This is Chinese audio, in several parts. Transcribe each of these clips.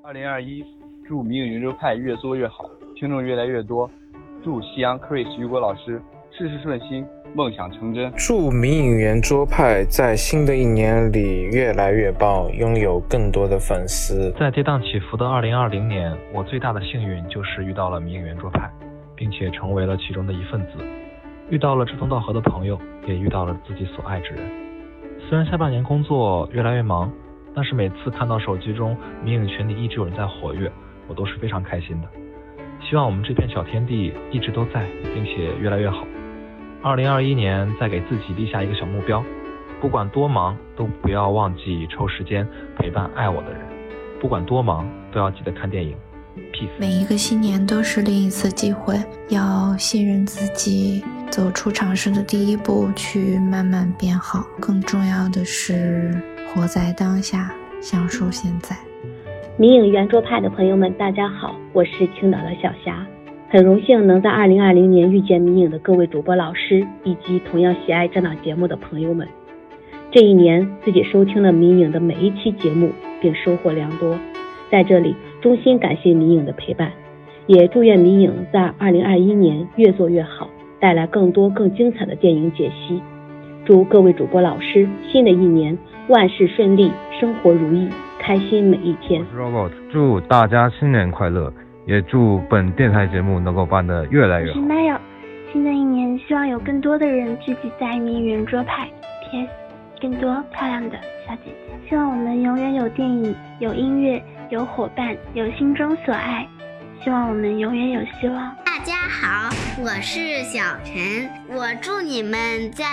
2021，祝迷影圆桌派越做越好，听众越来越多。祝夕阳 Chris 雨果老师事事顺心，梦想成真。 祝迷影圆桌派在新的一年里越来越棒，拥有更多的粉丝。 在跌宕起伏的2020年，我最大的幸运就是遇到了迷影圆桌派，并且成为了其中的一份子，遇到了志同道合的朋友，也遇到了自己所爱之人。虽然下半年工作越来越忙，但是每次看到手机中迷影群里一直有人在活跃，我都是非常开心的。希望我们这片小天地一直都在，并且越来越好。2021年再给自己立下一个小目标，不管多忙都不要忘记抽时间陪伴爱我的人，不管多忙都要记得看电影。Peace。 每一个新年都是另一次机会，要信任自己，走出尝试的第一步，去慢慢变好。更重要的是活在当下，享受现在。 迷影圆桌派的朋友们，大家好，我是青岛的小霞，很荣幸能在2020年遇见迷影的各位主播老师，以及同样喜爱这档节目的朋友们。这一年自己收听了迷影的每一期节目，并收获良多，在这里衷心感谢迷影的陪伴，也祝愿迷影在2021年越做越好，带来更多更精彩的电影解析。祝各位主播老师新的一年万事顺利，生活如意，开心每一天。 我是 Robert， 祝大家新年快乐，也祝本电台节目能够办得越来越好。 我是 Maya， 新的一年希望有更多的人聚集在迷影圆桌派。PS， 更多漂亮的小姐姐，希望我们永远有电影，有音乐，有伙伴，有心中所爱。希望我们永远有希望。 大家好，我是小陈，我祝你们在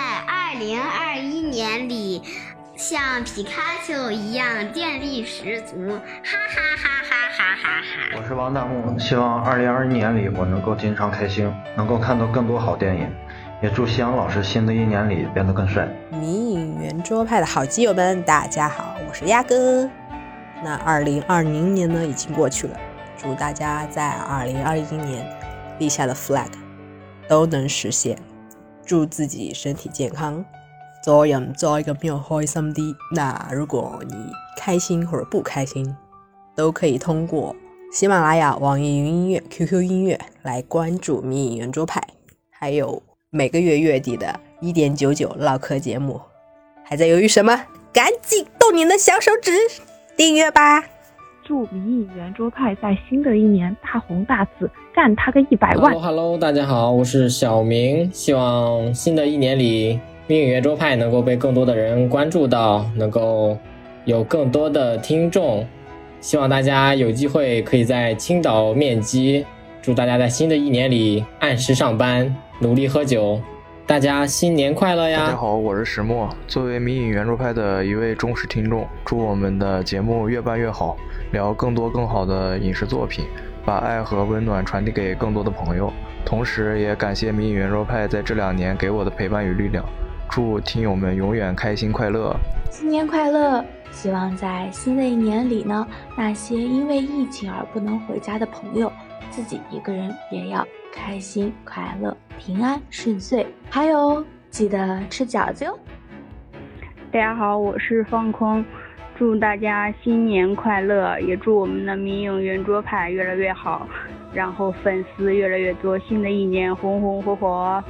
2021年里像皮卡丘一样电力十足，哈哈哈哈哈哈哈！ 我是王大木，希望2021年里我能够经常开心，能够看到更多好电影，也祝夕阳老师新的一年里变得更帅。 迷影圆桌派的好基友们，大家好，我是鸭哥。那2020年呢已经过去了，祝大家在2021年立下的 flag 都能实现，祝自己身体健康，做人做一個比較開心啲。那如果你開心或者不開心，都可以通過喜馬拉雅、網易雲音樂、QQ 音樂來關注迷影圓桌派，還有每個月月底的1.99嘮嗑節目。還在猶豫什麼？趕緊動你的小手指訂閱吧！ 祝迷影圆桌派在新的一年大紅大紫，干他個100萬。 Hello， 大家好，我是小明，希望新的一年里迷影圆桌派能够被更多的人关注到，能够有更多的听众，希望大家有机会可以在青岛面基，祝大家在新的一年里按时上班，努力喝酒，大家新年快乐呀！ 大家好，我是石墨，作为迷影圆桌派的一位忠实听众，祝我们的节目越办越好，聊更多更好的影视作品，把爱和温暖传递给更多的朋友，同时也感谢迷影圆桌派在这2年给我的陪伴与力量，祝听友们永远开心快乐。 新年快乐！希望在新的一年里呢，那些因为疫情而不能回家的朋友，自己一个人也要开心快乐，平安顺遂，还有记得吃饺子哟。 大家好，我是方空，祝大家新年快乐，也祝我们的迷影圆桌派越来越好，然后粉丝越来越多，新的一年红红火火。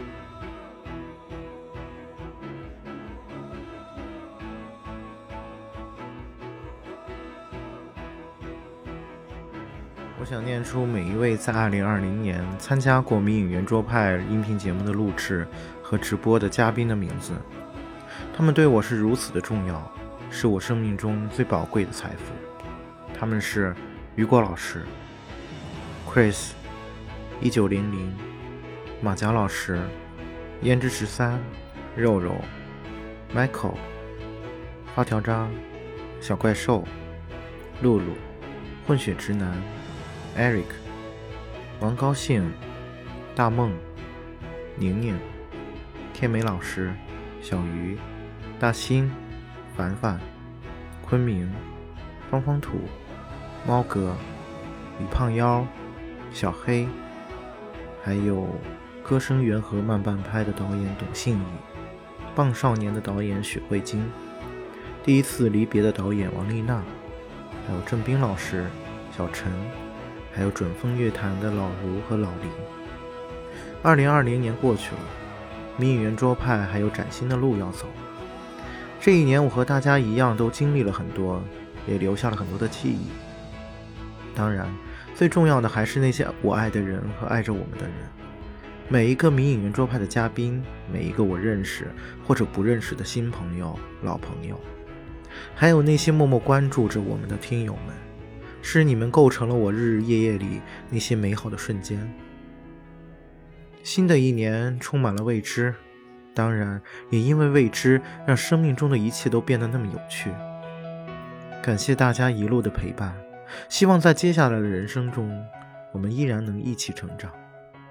我想念出每一位在2020年参加过迷影圆桌派音频节目的录制和直播的嘉宾的名字，他们对我是如此的重要，是我生命中最宝贵的财富。他们是雨果老师、Chris、1900、马甲老师、胭脂13、肉肉、Michael、发条章、小怪兽、露露、混血直男、Eric、王高兴、大梦、宁宁、天美老师、小鱼、大兴、凡凡、昆明、方方土、猫哥、李胖腰、小黑，还有歌声缘和慢半拍的导演董信宇，棒少年的导演许慧晶，第一次离别的导演王丽娜，还有郑斌老师、 小陈，还有准风乐坛的老卢和老林。2020年过去了，迷影圆桌派还有崭新的路要走。这一年我和大家一样都经历了很多，也留下了很多的记忆。当然最重要的还是那些我爱的人和爱着我们的人，每一个迷影圆桌派的嘉宾，每一个我认识或者不认识的新朋友、老朋友，还有那些默默关注着我们的听友们，是你们构成了我日日夜夜里那些美好的瞬间。新的一年充满了未知，当然也因为未知，让生命中的一切都变得那么有趣。感谢大家一路的陪伴，希望在接下来的人生中，我们依然能一起成长。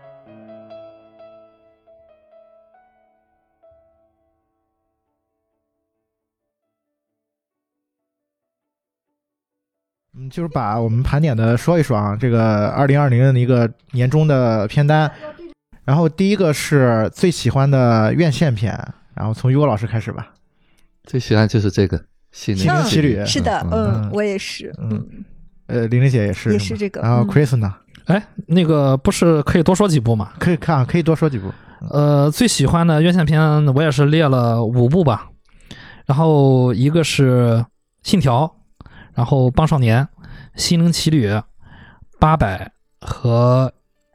就是把我们盘点的说一说啊，这个2020的一个年终的片单。然后第一个是最喜欢的院线片，然后从于果老师开始吧。 最喜欢就是这个《心灵奇旅》。 是的，我也是。 玲玲姐也是这个。 然后 Chris 呢？ 那个不是可以多说几部吗？ 可以多说几部。 最喜欢的院线片我也是列了5部吧。然后一个是《信条》，然后《棒少年》、《心灵奇旅》、《800》和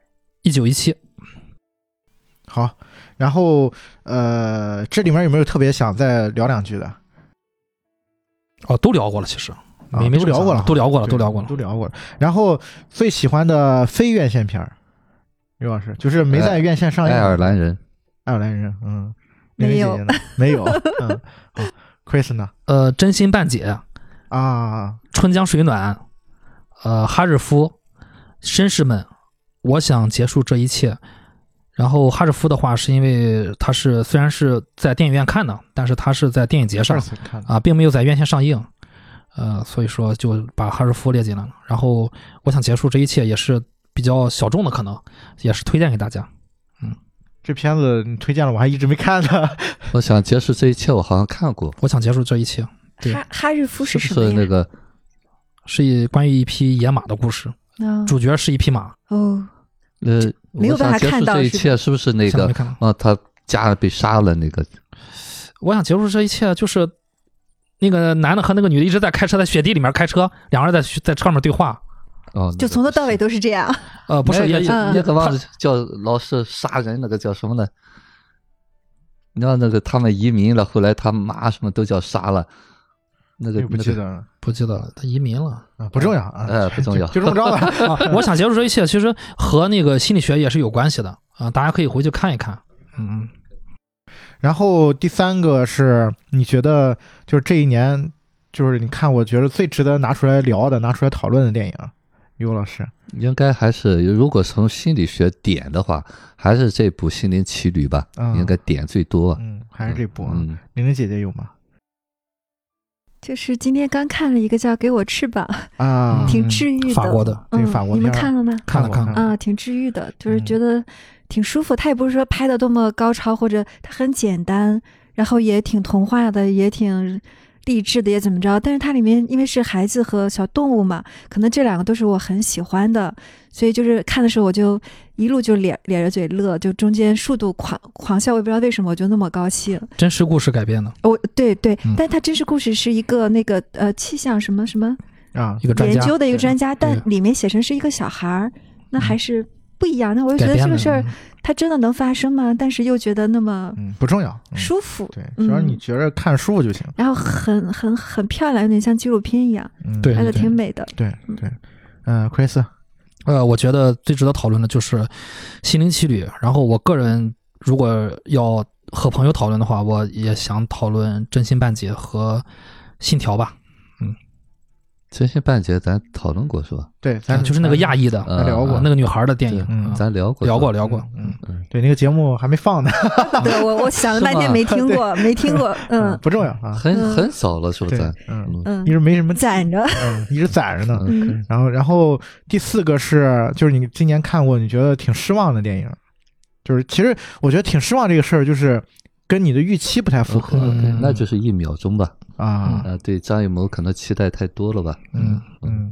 1917。 好，然后这里面有没有特别想再聊两句的？ 都聊过了，其实没都聊过了， 都聊过了。 然后最喜欢的非院线片，于老师就是没在院线上映。 爱尔兰人， 没有， 好 ，Chris 呢？ 真心半解啊， 春江水暖，哈日夫，绅士们，我想结束这一切。然后哈日夫的话是因为他是虽然是在电影院看的，但是他是在电影节上并没有在院线上映，所以说就把哈日夫列进来了。然后我想结束这一切也是比较小众的，可能也是推荐给大家。 这片子你推荐了，我还一直没看呢。 我想结束这一切，我好像看过。 我想结束这一切。对， 哈日夫是什么呀？是那个， 是关于一匹野马的故事，主角是一匹马。 没有办法看到这一切是不是那个他家人被杀了那个？ 我想结束这一切，就是那个男的和那个女的一直在开车，在雪地里面开车，两个人在车上面对话。 就从头到尾都是这样。 不是， 那个忘了叫老是杀人那个叫什么呢？你知道那个他们移民了，后来他妈什么都叫杀了。那个不记得了， 他移民了不重要不重要， 就这么着吧。 我想结束这一切，其实和那个心理学也是有关系的大家可以回去看一看。 然后第三个是你觉得就是这一年，就是你看我觉得最值得拿出来聊的、拿出来讨论的电影，于果老师应该还是如果从心理学点的话，还是这部《心灵奇旅》吧，应该点最多。 还是这部。玲玲姐姐有吗？ 就是今天刚看了一个叫《给我翅膀》挺治愈的， 法国的， 法国你们看了吗？ 看了挺治愈的，就是觉得挺舒服。它也不是说拍的多么高超，或者它很简单，然后也挺童话的，也挺励志的，也怎么着。但是它里面因为是孩子和小动物嘛，可能这两个都是我很喜欢的，所以就是看的时候我就一路就咧着嘴乐，就中间数度狂笑，我也不知道为什么我就那么高兴。 真实故事改编的。 对，但它真实故事是一个那个气象什么一个专家研究的一个专家，但里面写成是一个小孩，那还是不一样。那我就觉得这个事儿它真的能发生吗？但是又觉得那么不重要， 舒服。 对，只要你觉得看舒服就行。 然后很漂亮，有点像纪录片一样，拍的挺美的。 对，Chris。 我觉得最值得讨论的就是《心灵奇旅》，然后我个人如果要和朋友讨论的话，我也想讨论《真心半解》和《信条》吧。 真心半解咱讨论过是吧？ 对， 就是那个亚裔的， 聊过那个女孩的电影， 咱聊过。 对，那个节目还没放呢。 对，我想了半天没听过， 不重要啊， 很早了，是不是？ 一直没什么攒着， 一直攒着呢。然后第四个是，就是你今年看过你觉得挺失望的电影，就是其实我觉得挺失望这个事儿，就是跟你的预期不太符合。 那就是1秒钟吧。 啊， 对张艺谋可能期待太多了吧。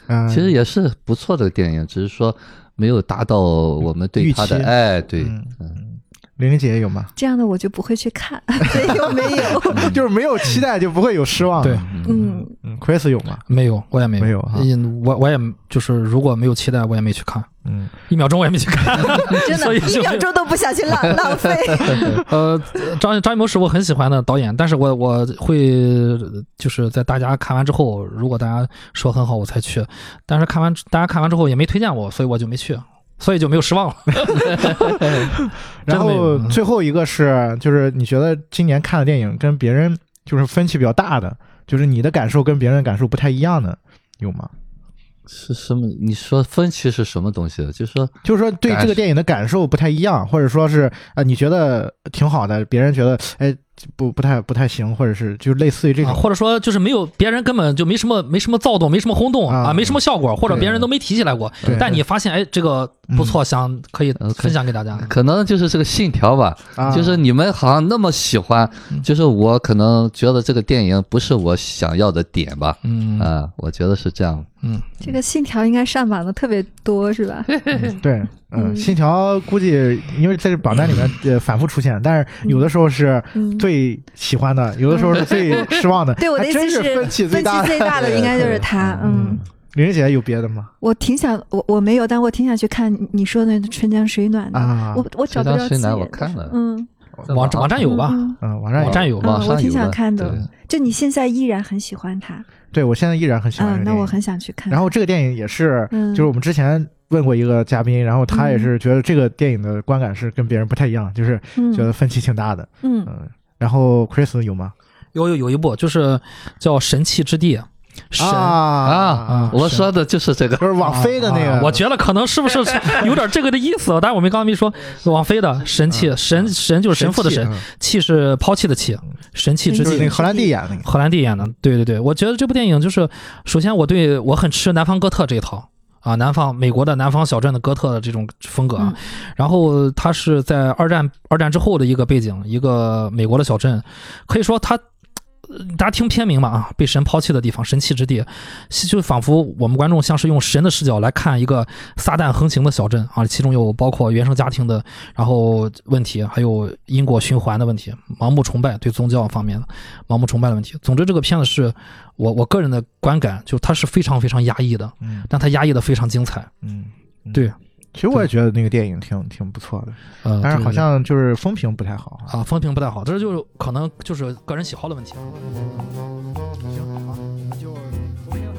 其实也是不错的电影，只是说没有达到我们对他的对。 玲玲姐姐有吗？ 这样的我就不会去看，所以有没有？ 就是没有期待就不会有失望。 对 ，Chris 有吗？ 没有，我也没有。 没有哈， 我也就是如果没有期待，我也没去看。1秒钟我也没去看， 真的1秒钟都不想去浪费。 张艺谋是我很喜欢的导演，但是我会就是在大家看完之后，如果大家说很好我才去，但是大家看完之后也没推荐我，所以我就没去。所以就没有失望了。 然后最后一个是，就是你觉得今年看的电影跟别人就是分歧比较大的，就是你的感受跟别人的感受不太一样的，有吗？ 是什么？你说分歧是什么东西？就是说对这个电影的感受不太一样，或者说是你觉得挺好的，别人觉得不太行，或者是就类似于这种， 或者说就是没有别人根本就没什么躁动，没什么轰动没什么效果，或者别人都没提起来过，但你发现这个不错，想可以分享给大家。 可能就是这个信条吧，就是你们好像那么喜欢，就是我可能觉得这个电影不是我想要的点吧，我觉得是这样。 这个信条应该上榜的特别多是吧？ 对，信条估计因为在这榜单里面反复出现，但是有的时候是最喜欢的，有的时候是最失望的。 对，我的意思是分歧最大的应该就是他。 玲玲姐有别的吗？ 我挺想，我没有，但我挺想去看你说的春江水暖的。我找不着水暖我看了， 网站有吧？ 网站有吧？ 我挺想看的。就你现在依然很喜欢他？ 对，我现在依然很喜欢。 那我很想去看。 然后这个电影也是，就是我们之前问过一个嘉宾，然后他也是觉得这个电影的观感是跟别人不太一样，就是觉得分歧挺大的。然后 Chris 有吗？ 有一部就是叫《神器之地》。 我说的就是这个， 不是网飞的那个。 我觉得可能是不是有点这个的意思，但是我们刚刚没说网飞的神器，神就是神父的神，器是抛弃的弃，神器之地。 那个荷兰弟演的。 荷兰弟演的，对，我觉得这部电影就是，首先我很吃南方哥特这一套美国的南方小镇的哥特的这种风格然后它是在二战之后的一个背景，一个美国的小镇，可以说它。大家听片名嘛被神抛弃的地方，神器之地，就仿佛我们观众像是用神的视角来看一个撒旦横行的小镇其中有包括原生家庭的然后问题，还有因果循环的问题，盲目崇拜，对宗教方面的盲目崇拜的问题。总之这个片子是我个人的观感，就它是非常非常压抑的，但它压抑的非常精彩。对。 其实我也觉得那个电影挺不错的，但是好像就是风评不太好风评不太好，这就可能就是个人喜好的问题。 行，好，那就投票。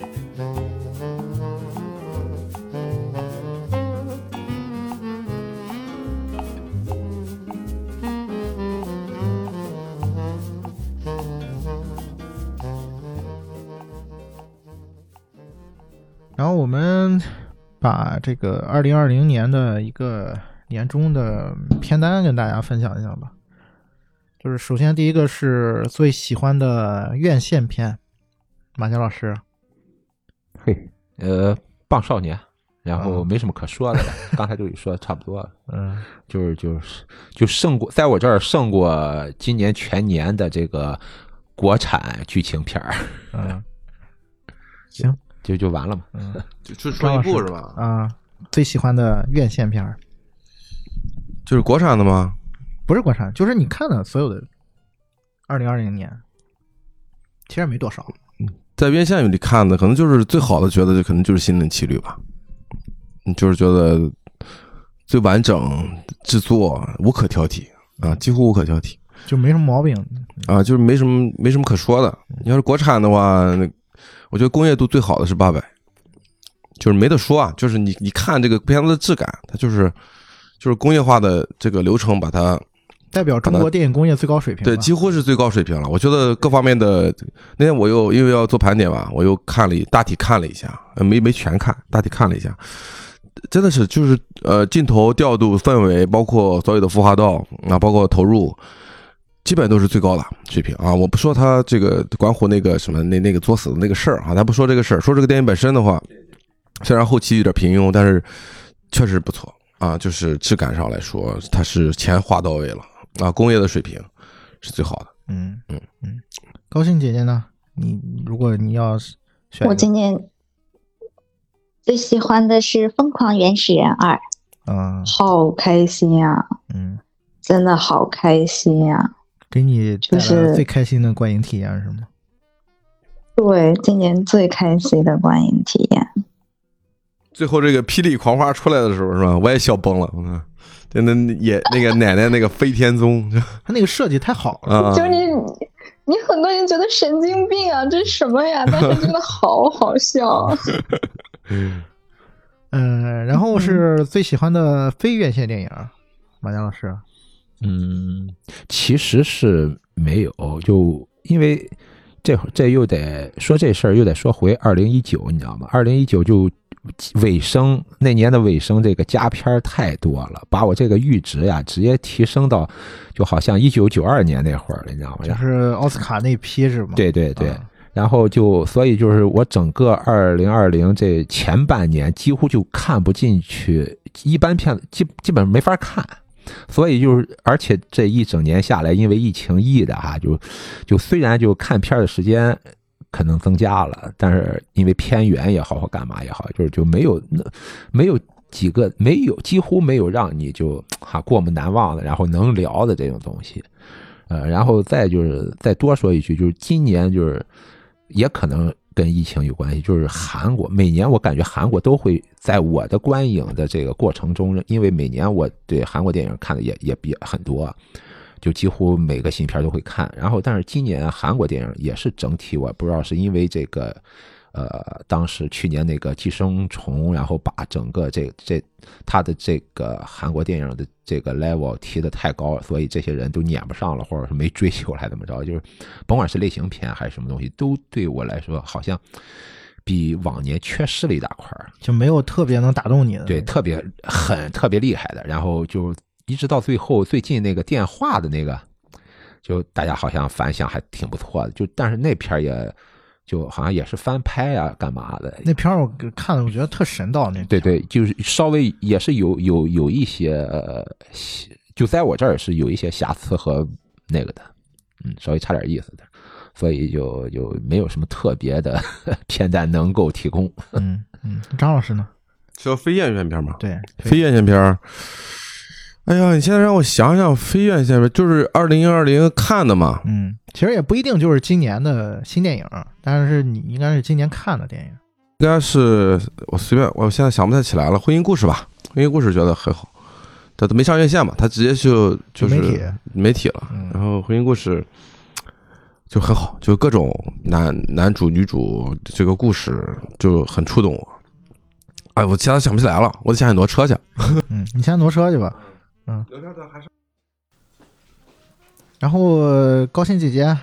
然后我们把这个2020年的一个年终的片单跟大家分享一下吧。就是首先第一个是最喜欢的院线片，马强老师。 嘿，棒少年，然后没什么可说的了，刚才就说的差不多了。就胜过，在我这儿胜过今年全年的这个国产剧情片儿。 行。 就完了嘛， 就说一部是吧？ 最喜欢的院线片就是国产的吗？ 不是国产，就是你看的所有的2020年，其实没多少。 在院线里看的，可能就是最好的，觉得可能就是《心灵奇旅》吧。就是觉得最完整，制作无可挑剔几乎无可挑剔， 就没什么毛病就是没什么可说的。你要是国产的话，我觉得工业度最好的是800，就是没得说就是你看这个片子的质感，它就是工业化的这个流程，把它代表中国电影工业最高水平。 对，几乎是最高水平了。我觉得各方面的，那天我又因为要做盘点嘛，我又大体看了一下，没全看，大体看了一下，真的是就是镜头调度、氛围，包括所有的服化道包括投入。基本都是最高的水平我不说他这个管虎那个什么那个作死的那个事儿咱不说这个事儿，说这个电影本身的话，虽然后期有点平庸，但是确实不错就是质感上来说，它是钱花到位了工业的水平是最好的。 高兴姐姐呢？如果你要选， 我今年最喜欢的是《疯狂原始人2》，好开心呀！真的好开心呀！ 给你带来最开心的观影体验是吗？ 对，今年最开心的观影体验。 最后这个霹雳狂花出来的时候是吧？我也笑崩了。真的也那个奶奶那个飞天宗， 他那个设计太好了。 就是你很多人觉得神经病啊，这是什么呀？但是真的好好笑。 然后是最喜欢的非院线电影，马江老师。 其实是没有，就因为这又得说这事儿，又得说回2019，你知道吗？2019就尾声那年的尾声，这个佳片太多了，把我这个阈值呀直接提升到，就好像1992年那会儿了，你知道吗？ 就是奥斯卡那批是吗？ 对。然后所以就是我整个2020这前半年几乎就看不进去，一般片子基本没法看。所以而且这一整年下来，因为疫情的哈，就虽然就看片的时间可能增加了，但是因为偏远也好或干嘛也好，就没有几乎没有让你就过目难忘的，然后能聊的这种东西。然后再多说一句，就是今年也可能跟疫情有关系，就是韩国每年我感觉韩国都会在我的观影的这个过程中，因为每年我对韩国电影看的也比很多，就几乎每个新片都会看。然后但是今年韩国电影也是整体，我不知道是因为这个当时去年那个寄生虫，然后把整个他的这个韩国电影的这个 level 提得太高，所以这些人都撵不上了，或者是没追求来怎么着，就是甭管是类型片还是什么东西，都对我来说好像比往年缺失了一大块， 就没有特别能打动你的， 对，特别厉害的。然后就一直到最后最近那个电话的那个，就大家好像反响还挺不错的，但是那片也就好像也是翻拍啊干嘛的。 那片我看了，我觉得特神道。那对，就是稍微也是有一些就在我这儿是有一些瑕疵和那个的，稍微差点意思的，所以就没有什么特别的片单能够提供。 张老师呢？ 说非院线片吗？ 对， 非院线片。哎呀，你现在让我想想，非院线片就是2020看的嘛。 其实也不一定就是今年的新电影，但是你应该是今年看的电影。 应该是我现在想不太起来了。婚姻故事吧，婚姻故事觉得很好，它都没上院线嘛，它直接就是媒体了。然后婚姻故事就很好，就各种男主女主这个故事就很触动我。哎，我现在想不起来了，我得下去挪车去。 你先挪车去吧。然后高鑫姐姐，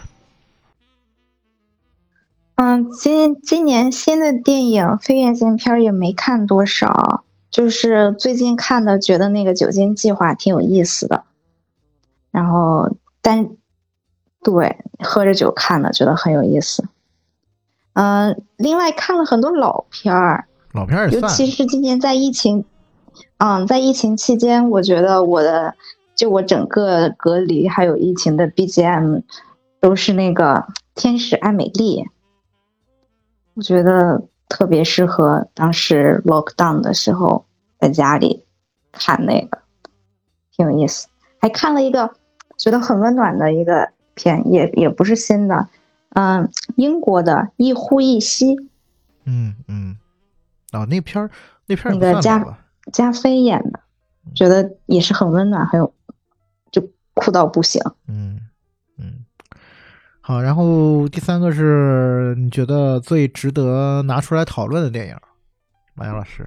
今年新的电影非院线片也没看多少，就是最近看的觉得那个《酒精计划》挺有意思的，然后对，喝着酒看的觉得很有意思。另外看了很多老片儿， 也算， 尤其是今年在疫情期间，我觉得我整个隔离还有疫情的 BGM 都是那个《天使爱美丽》，我觉得特别适合当时 lockdown 的时候在家里看，那个挺有意思。还看了一个觉得很温暖的一个片，也不是新的，英国的《一呼一吸》。 那片那个加菲演的，觉得也是很温暖，很有就哭到不行。 好，然后第三个是你觉得最值得拿出来讨论的电影，马洋老师。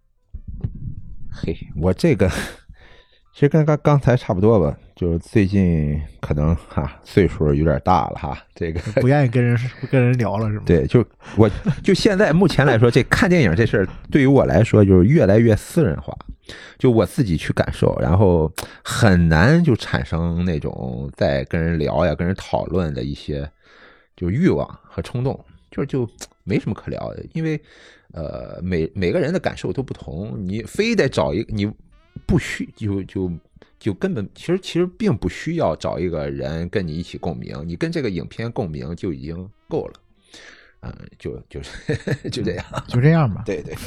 我这个其实跟刚才差不多吧，就是最近可能岁数有点大了这个不愿意跟人聊了是吗？ 对，就现在目前来说，这看电影这事儿对于我来说就是越来越私人化，就我自己去感受，然后很难就产生那种在跟人聊呀、跟人讨论的一些就欲望和冲动，就没什么可聊的，因为每个人的感受都不同，你非得找一个你不需就根本其实并不需要找一个人跟你一起共鸣，你跟这个影片共鸣就已经够了。 就是就这样， 就这样吧。 对对。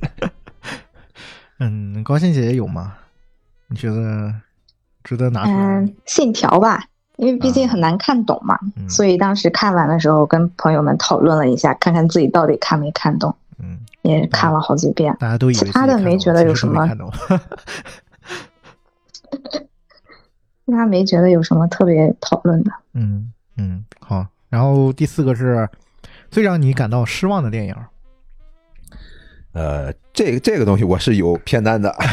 高欣姐姐有吗？你觉得值得拿出来？ 信条吧，因为毕竟很难看懂嘛，所以当时看完的时候跟朋友们讨论了一下，看看自己到底看没看懂。也看了好几遍， 大家都以为其他的没觉得有什么，其他没觉得有什么特别讨论的。 好。然后第4个是最让你感到失望的电影。 这个东西我是有偏单的。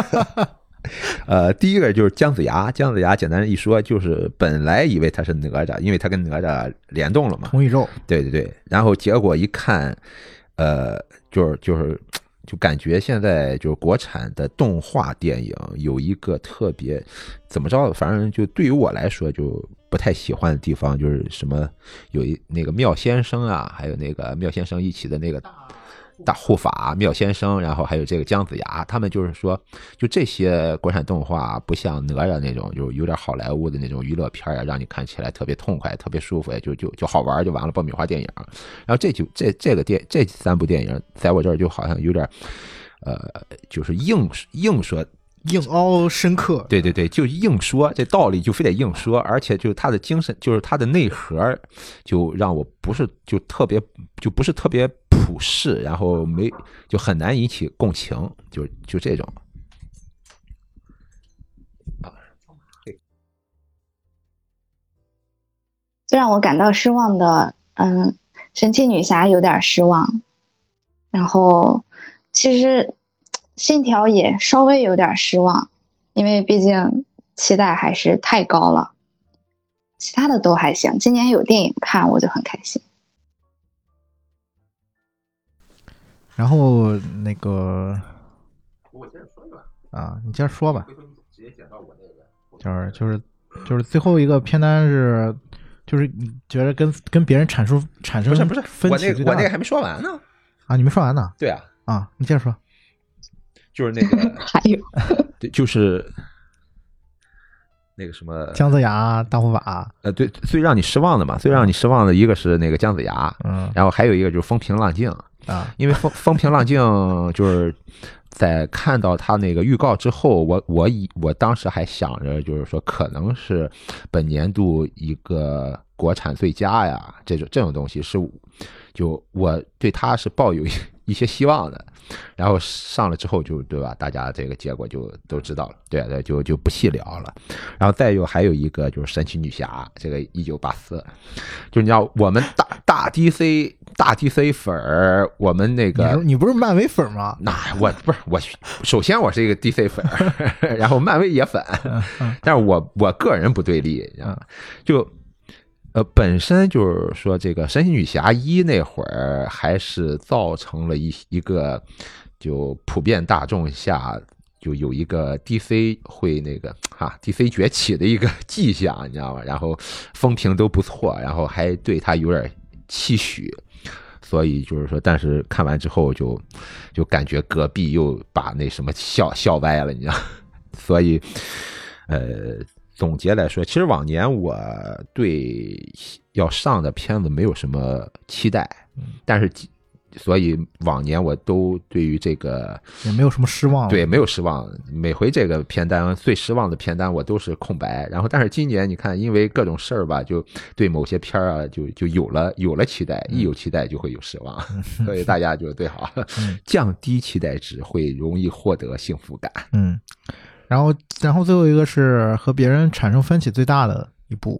第一个就是姜子牙，姜子牙简单一说就是本来以为他是哪吒，因为他跟哪吒联动了嘛， 同宇宙。 对对对，然后结果一看，就感觉现在就是国产的动画电影有一个特别怎么着，反正就对于我来说就不太喜欢的地方，就是什么有那个妙先生啊，还有那个妙先生一起的那个大护法妙先生，然后还有这个姜子牙，他们就是说就这些国产动画不像哪吒那种就有点好莱坞的那种娱乐片啊，让你看起来特别痛快特别舒服，就好玩就完了，爆米花电影。然后这3部电影在我这儿就好像有点就是硬说硬凹深刻， 对对对，就硬说这道理就非得硬说，而且就是它的精神，就是它的内核，就让我不是特别普世，然后就很难引起共情，就这种。 最让我感到失望的，神奇女侠有点失望，然后其实信条也稍微有点失望，因为毕竟期待还是太高了。其他的都还行，今年有电影看我就很开心。 然后那个我接着说吧，你接着说吧。就是最后一个片单是，就是你觉得跟别人产生不是分歧我那个还没说完呢。 你没说完呢？ 对啊。 你接着说。 就是那个还有对，就是那个什么姜子牙大护法。 对，最让你失望的嘛，最让你失望的一个是那个姜子牙，然后还有一个就是风平浪静因为风平浪静就是在看到他那个预告之后，我当时还想着就是说可能是本年度一个国产最佳呀，这种东西是就我对他是抱有一些希望的。然后上了之后就对吧，大家这个结果就都知道了，对，就不细聊了。然后还有一个就是神奇女侠，这个1984，就你知道我们大 DC 粉儿，我们那个你不是漫威粉吗？ 那我不是我，首先我是一个 DC 粉，然后漫威也粉，但是我个人不对立，就。本身就是说，这个神奇女侠1那会儿还是造成了一个就普遍大众下就有一个 DC 会那个DC 崛起的一个迹象，你知道吗？然后风评都不错，然后还对他有点期许，所以就是说，但是看完之后就感觉隔壁又把那什么笑歪了，你知道，所以总结来说，其实往年我对要上的片子没有什么期待，但是所以往年我都对于这个也没有什么失望， 对，没有失望。每回这个片单最失望的片单我都是空白，然后但是今年你看，因为各种事儿吧，就对某些片儿就有了期待，一有期待就会有失望，所以大家就最好降低期待值，会容易获得幸福感。 然后最后一个是和别人产生分歧最大的一部，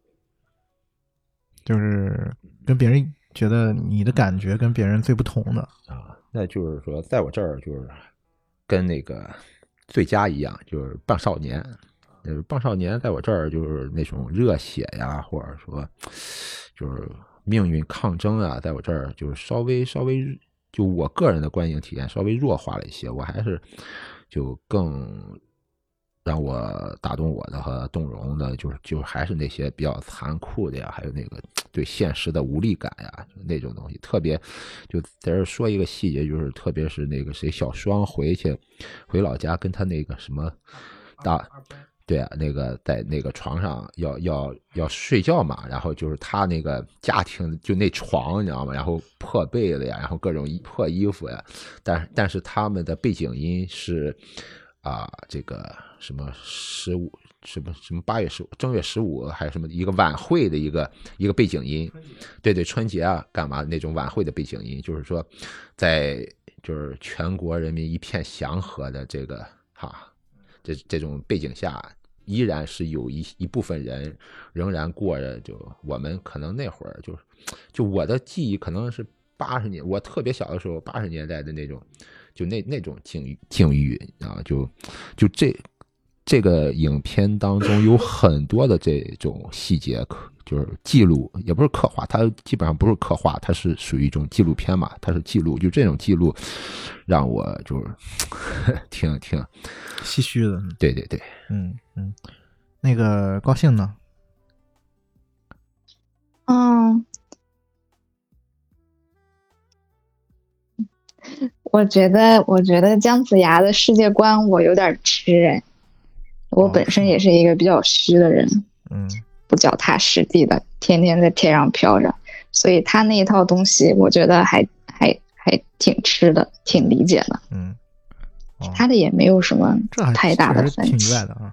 就是跟别人觉得你的感觉跟别人最不同的那就是说在我这儿就是跟那个最佳一样，就是棒少年。棒少年在我这儿就是那种热血呀，或者说就是命运抗争啊，在我这儿就是稍微就我个人的观影体验稍微弱化了一些，我还是就更让我打动我的和动容的就还是那些比较残酷的呀，还有那个对现实的无力感呀，那种东西。特别就在这说一个细节，就是特别是那个谁小双回老家跟他那个什么对啊，那个在那个床上要睡觉嘛，然后就是他那个家庭就那床你知道吗？然后破被子呀，然后各种破衣服呀，但是他们的背景音是这个什么15什么8月15正月15还是什么一个晚会的一个背景音，对春节啊干嘛那种晚会的背景音，就是说在就是全国人民一片祥和的这个这种背景下，依然是有一部分人仍然过着就我们可能那会儿就我的记忆可能是80年，我特别小的时候80年代的那种就那种境遇啊，就这个影片当中有很多的这种细节，就是记录，也不是刻画，它基本上不是刻画，它是属于一种纪录片嘛，它是记录，就这种记录让我就是挺唏嘘的。 对， 那个高兴呢？ 我觉得姜子牙的世界观我有点吃我本身也是一个比较虚的人，不脚踏实地的，天天在天上飘着，所以他那一套东西我觉得还挺吃的，挺理解的。其他的也没有什么太大的分歧。 挺意外的啊。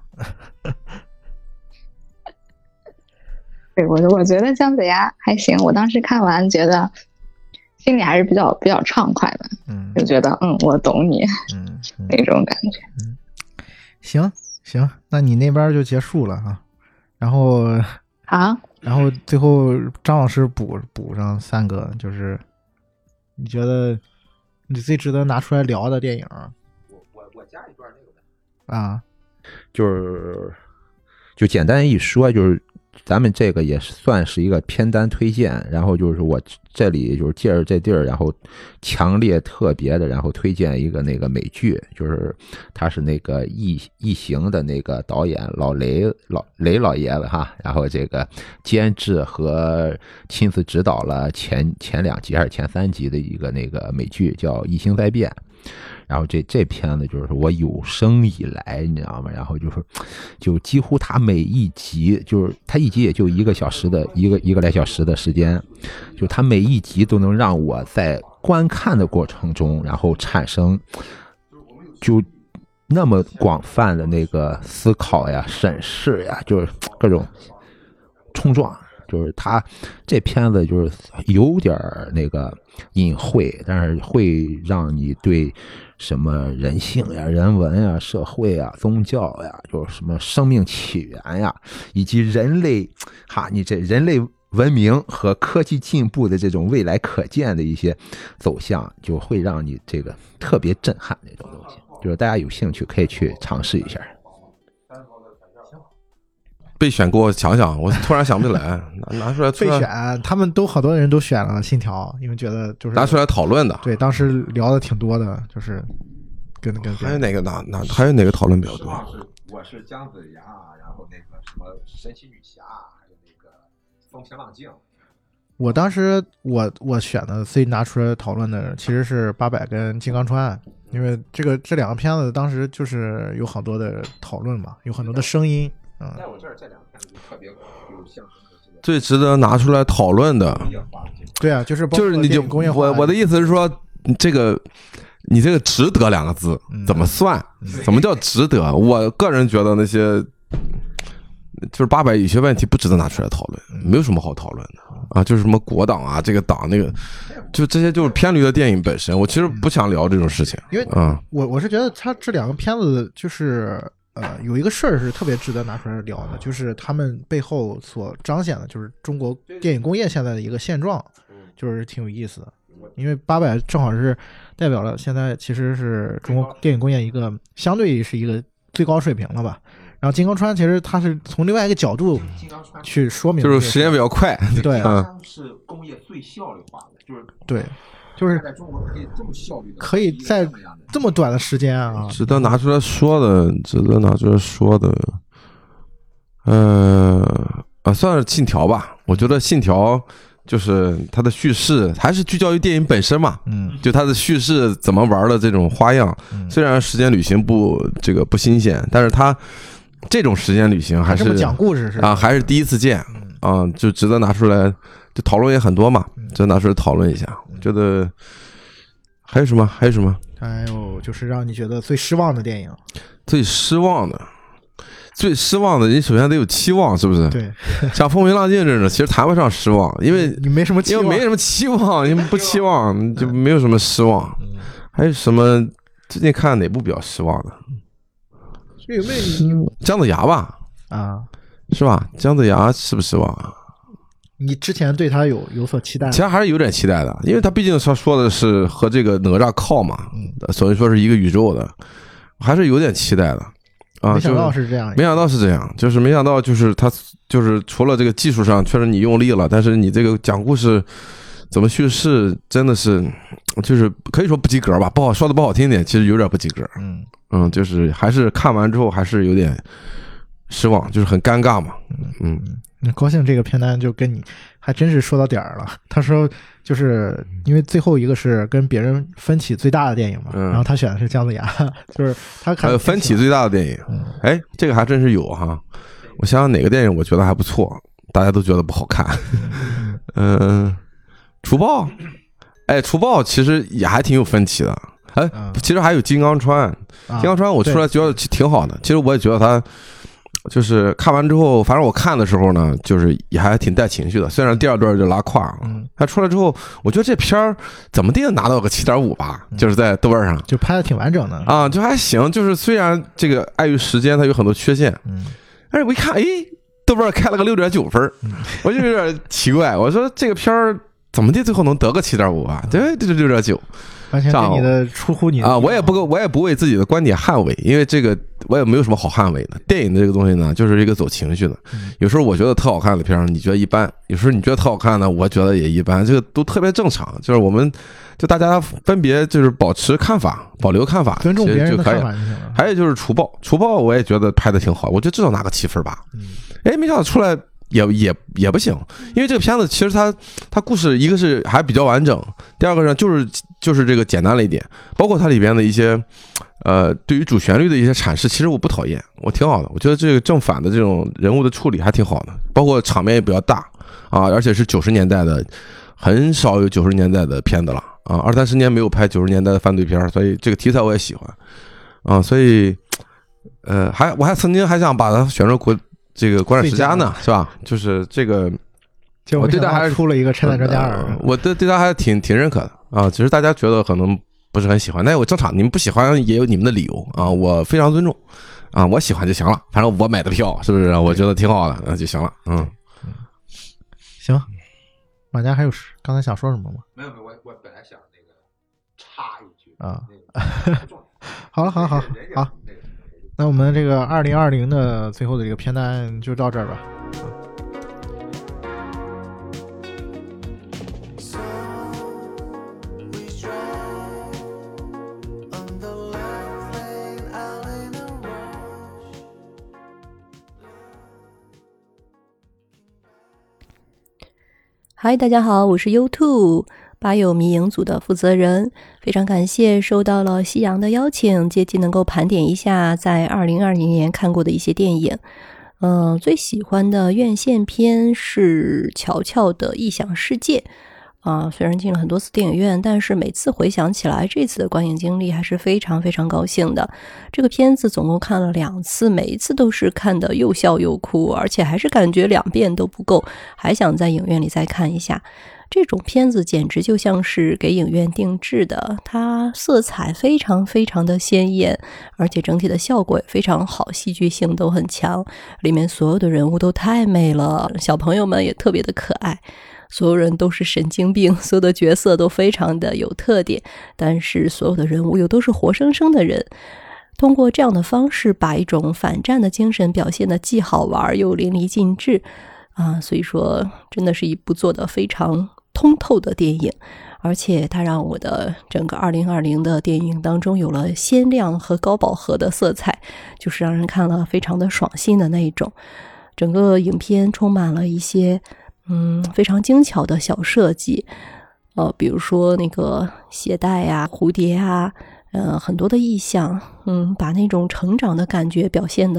对，我觉得姜子牙还行，我当时看完觉得心里还是比较畅快的，就觉得我懂你，那种感觉。 行，那你那边就结束了啊，然后最后张老师补上3个，就是你觉得你最值得拿出来聊的电影。 我加一段那个就简单一说，就是咱们这个也算是一个片单推荐，然后就是我这里就是借着这地儿，然后强烈特别的，然后推荐一个那个美剧，就是他是那个异形的那个导演老雷老爷子哈，然后这个监制和亲自指导了前2集还是前3集的一个那个美剧叫《异形灾变》。然后这片子就是我有生以来你知道吗，然后就几乎他每一集就是他一集也就1个小时的一个来小时的时间，就他每一集都能让我在观看的过程中然后产生就那么广泛的那个思考呀审视呀，就是各种冲撞，就是他这片子就是有点那个隐晦，但是会让你对什么人性呀、人文呀、社会呀、宗教呀，就是什么生命起源呀，以及人类你这人类文明和科技进步的这种未来可见的一些走向，就会让你这个特别震撼那种东西，就是大家有兴趣可以去尝试一下。 备选给我想想，我突然想不起来，拿出来备选，他们好多人都选了《信条》，因为觉得就是拿出来讨论的。 对，当时聊的挺多的，就是跟还有哪个还有哪个讨论比较多？ 我是姜子牙，然后那个什么神奇女侠，还有那个风平浪静。 我当时我选的所以拿出来讨论的其实是800跟金刚川，因为这2个片子当时就是有好多的讨论嘛，有很多的声音。 在我这儿这2个片子就特别有象征的最值得拿出来讨论的。 对啊，就是你就我的意思是说，你这个值得2个字怎么算？怎么叫值得？我个人觉得那些就是800有些问题不值得拿出来讨论，没有什么好讨论的啊，就是什么国党啊，这个党那个，就这些就是偏离了电影本身。我其实不想聊这种事情， 因为我是觉得他这2个片子就是有一个事儿是特别值得拿出来聊的，就是他们背后所彰显的就是中国电影工业现在的一个现状，就是挺有意思的。因为800正好是代表了现在其实是中国电影工业一个相对是一个最高水平了吧。然后金刚川其实它是从另外一个角度去说明， 就是时间比较快， 对， 是工业最效率化的，就是对，就是在中国可以这么效率的， 可以在这么短的时间啊， 值得拿出来说的，算是信条吧。我觉得信条就是它的叙事还是聚焦于电影本身嘛，就它的叙事怎么玩的这种花样，虽然时间旅行不新鲜，但是它这种时间旅行还是这么讲故事是啊，还是第一次见啊，就值得拿出来，就讨论也很多嘛，值得拿出来讨论一下。我觉得还有什么？还有什么？ 还有就是让你觉得最失望的电影。 最失望的，你首先得有期望，是不是？ 对， 像风平浪静这种，其实谈不上失望，因为你没什么期望， 因为没什么期望，你不期望就没有什么失望。还有什么？最近看哪部比较失望的？ 有没有姜子牙吧？ 啊， 是吧？姜子牙失不失望啊？ 你之前对他有所期待？ 其实还是有点期待的，因为他毕竟他说的是和这个哪吒靠嘛，所以说是一个宇宙的，还是有点期待的啊。 没想到是这样， 没想到是这样，就是没想到就是他就是除了这个技术上确实你用力了，但是你这个讲故事怎么叙事真的是就是可以说不及格吧，说的不好听点，其实有点不及格。就是还是看完之后还是有点失望，就是很尴尬嘛。 高兴这个片单就跟你还真是说到点儿了。他说就是因为最后一个是跟别人分歧最大的电影嘛，然后他选的是姜子牙，就是他看还有分歧最大的电影。这个还真是有哈。我想想哪个电影我觉得还不错，大家都觉得不好看。除暴，除暴其实也还挺有分歧的。其实还有金刚川，金刚川我出来觉得挺好的。其实我也觉得他就是看完之后，反正我看的时候呢，就是也还挺带情绪的。虽然第二段就拉胯了，他出来之后，我觉得这片儿怎么地拿到个 7.5 吧，就是在豆瓣上就拍的挺完整的啊，就还行。就是虽然这个碍于时间，它有很多缺陷，但是我一看，豆瓣开了个6.9分，我就有点奇怪，我说这个片儿怎么地最后能得个 7.5 啊？对，这就6.9。 完全是你的出乎你的啊！我也不为自己的观点捍卫，因为这个我也没有什么好捍卫的。电影的这个东西呢，就是一个走情绪的。有时候我觉得特好看的片儿，你觉得一般；有时候你觉得特好看的，我觉得也一般，这个都特别正常。就是我们就大家分别就是保持看法，保留看法， 尊重别人的看法就行了。还有就是除暴我也觉得拍的挺好，我觉得至少拿个7分吧。没想到出来。也不行，因为这个片子其实它故事一个是还比较完整，第二个呢就是这个简单了一点，包括它里边的一些对于主旋律的一些阐释，其实我不讨厌，我挺好的，我觉得这个正反的这种人物的处理还挺好的，包括场面也比较大啊，而且是90年代的，很少有90年代的片子了啊，20-30年没有拍90年代的犯罪片，所以这个题材我也喜欢啊，所以我还曾经还想把它选入这个观赏十佳呢，是吧？就是这个，我对他还是出了一个拆弹专家二， 我对他还挺认可的啊。只是大家觉得可能不是很喜欢，那我正常，你们不喜欢也有你们的理由啊，我非常尊重啊，我喜欢就行了，反正我买的票是不是？我觉得挺好的，那就行了。 行，马家还有刚才想说什么吗？ 没有，我本来想那个插一句啊，好了，好。那我们这个2020的最后的这个片单就到这儿吧。 嗨，大家好，我是 U2。吧友迷影组的负责人，非常感谢收到了夕阳的邀请，借机能够盘点一下在2020年看过的一些电影。最喜欢的院线片是乔乔的异想世界啊，虽然进了很多次电影院，但是每次回想起来，这次的观影经历还是非常非常高兴的。这个片子总共看了2次，每一次都是看得又笑又哭，而且还是感觉2遍都不够，还想在影院里再看一下。这种片子简直就像是给影院定制的，它色彩非常非常的鲜艳，而且整体的效果也非常好，戏剧性都很强，里面所有的人物都太美了，小朋友们也特别的可爱，所有人都是神经病，所有的角色都非常的有特点，但是所有的人物又都是活生生的人，通过这样的方式把一种反战的精神表现得既好玩又淋漓尽致啊，所以说真的是一部做得非常通透的电影，而且它让我的整个2020的电影当中有了鲜亮和高饱和的色彩，就是让人看了非常的爽心的那一种。整个影片充满了一些非常精巧的小设计，比如说那个鞋带啊、蝴蝶啊，很多的意象，把那种成长的感觉表现得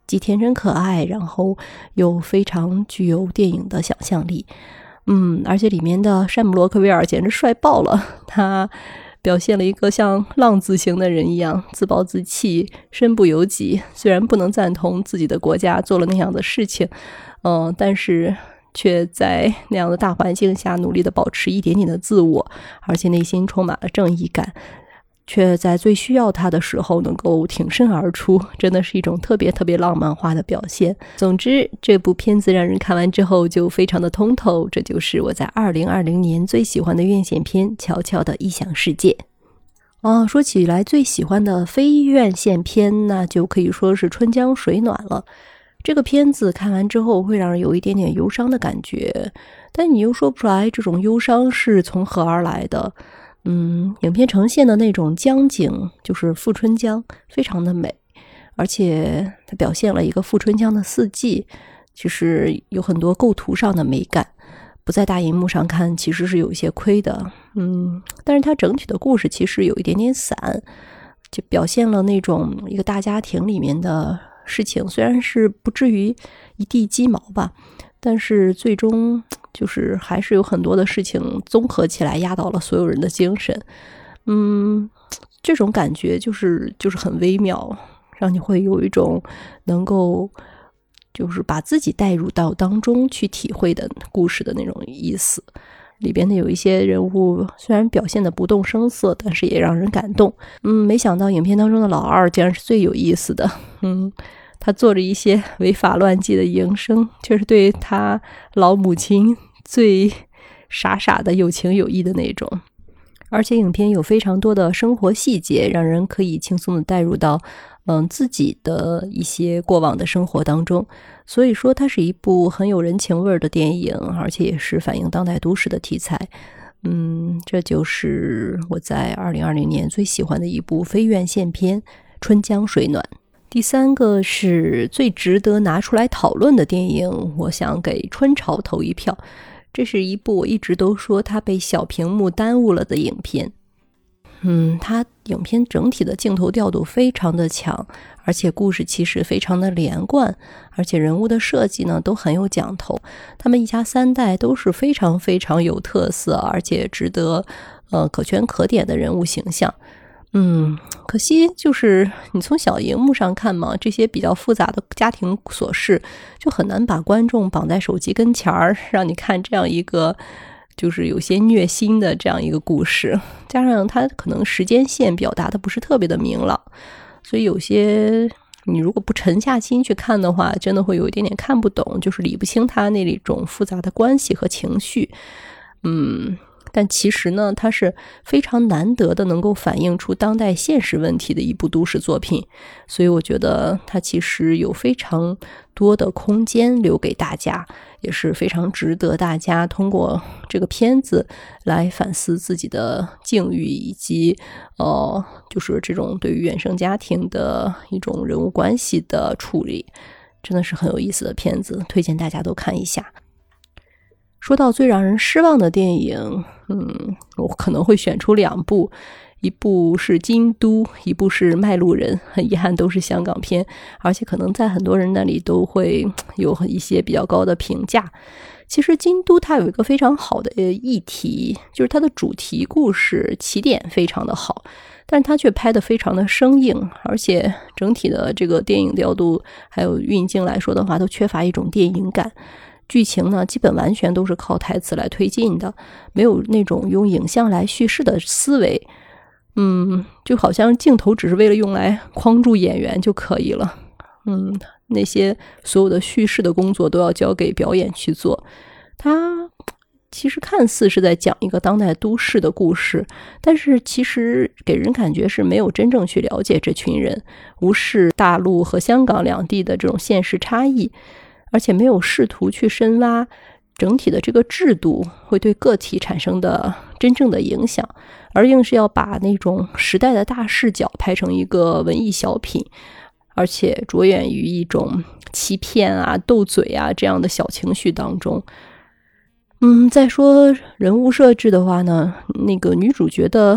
既天真可爱，然后又非常具有电影的想象力。而且里面的山姆·洛克威尔简直帅爆了，他表现了一个像浪子型的人一样自暴自弃，身不由己。虽然不能赞同自己的国家做了那样的事情，但是却在那样的大环境下努力的保持一点点的自我，而且内心充满了正义感，却在最需要他的时候能够挺身而出，真的是一种特别特别浪漫化的表现。总之，这部片子让人看完之后就非常的通透，这就是我在2020年最喜欢的院线片《乔乔的异想世界》。说起来最喜欢的非院线片，那就可以说是《春江水暖》了。这个片子看完之后会让人有一点点忧伤的感觉，但你又说不出来这种忧伤是从何而来的。影片呈现的那种江景，就是富春江，非常的美，而且它表现了一个富春江的四季，其实有很多构图上的美感，不在大荧幕上看其实是有一些亏的。但是它整体的故事其实有一点点散，就表现了那种一个大家庭里面的事情，虽然是不至于一地鸡毛吧，但是最终就是还是有很多的事情综合起来压倒了所有人的精神。这种感觉就是很微妙，让你会有一种能够就是把自己带入到当中去体会的故事的那种意思。里边的有一些人物虽然表现的不动声色，但是也让人感动。没想到影片当中的老二竟然是最有意思的。他做着一些违法乱纪的营生，却是对他老母亲最傻傻的有情有义的那种。而且影片有非常多的生活细节，让人可以轻松的带入到自己的一些过往的生活当中。所以说它是一部很有人情味的电影，而且也是反映当代都市的题材。这就是我在2020年最喜欢的一部非院线片《春江水暖》。第三个是最值得拿出来讨论的电影，我想给《春潮》投一票。这是一部我一直都说它被小屏幕耽误了的影片。它影片整体的镜头调度非常的强，而且故事其实非常的连贯，而且人物的设计呢都很有讲头。他们一家三代都是非常非常有特色，而且值得可圈可点的人物形象。可惜就是你从小荧幕上看嘛，这些比较复杂的家庭琐事就很难把观众绑在手机跟前儿，让你看这样一个就是有些虐心的这样一个故事，加上它可能时间线表达的不是特别的明朗，所以有些你如果不沉下心去看的话，真的会有一点点看不懂，就是理不清它那种复杂的关系和情绪。但其实呢，它是非常难得的能够反映出当代现实问题的一部都市作品，所以我觉得它其实有非常多的空间留给大家，也是非常值得大家通过这个片子来反思自己的境遇，以及就是这种对于原生家庭的一种人物关系的处理，真的是很有意思的片子，推荐大家都看一下。说到最让人失望的电影，我可能会选出两部，一部是《京都》，一部是《卖路人》，很遗憾都是香港片，而且可能在很多人那里都会有一些比较高的评价。其实《京都》它有一个非常好的议题，就是它的主题故事起点非常的好，但是它却拍得非常的生硬，而且整体的这个电影调度还有运镜来说的话，都缺乏一种电影感。剧情呢，基本完全都是靠台词来推进的，没有那种用影像来叙事的思维。就好像镜头只是为了用来框住演员就可以了。那些所有的叙事的工作都要交给表演去做。它其实看似是在讲一个当代都市的故事，但是其实给人感觉是没有真正去了解这群人，无视大陆和香港两地的这种现实差异，而且没有试图去深挖整体的这个制度会对个体产生的真正的影响，而硬是要把那种时代的大视角拍成一个文艺小品，而且着眼于一种欺骗啊、斗嘴啊这样的小情绪当中。再说人物设置的话呢，那个女主角的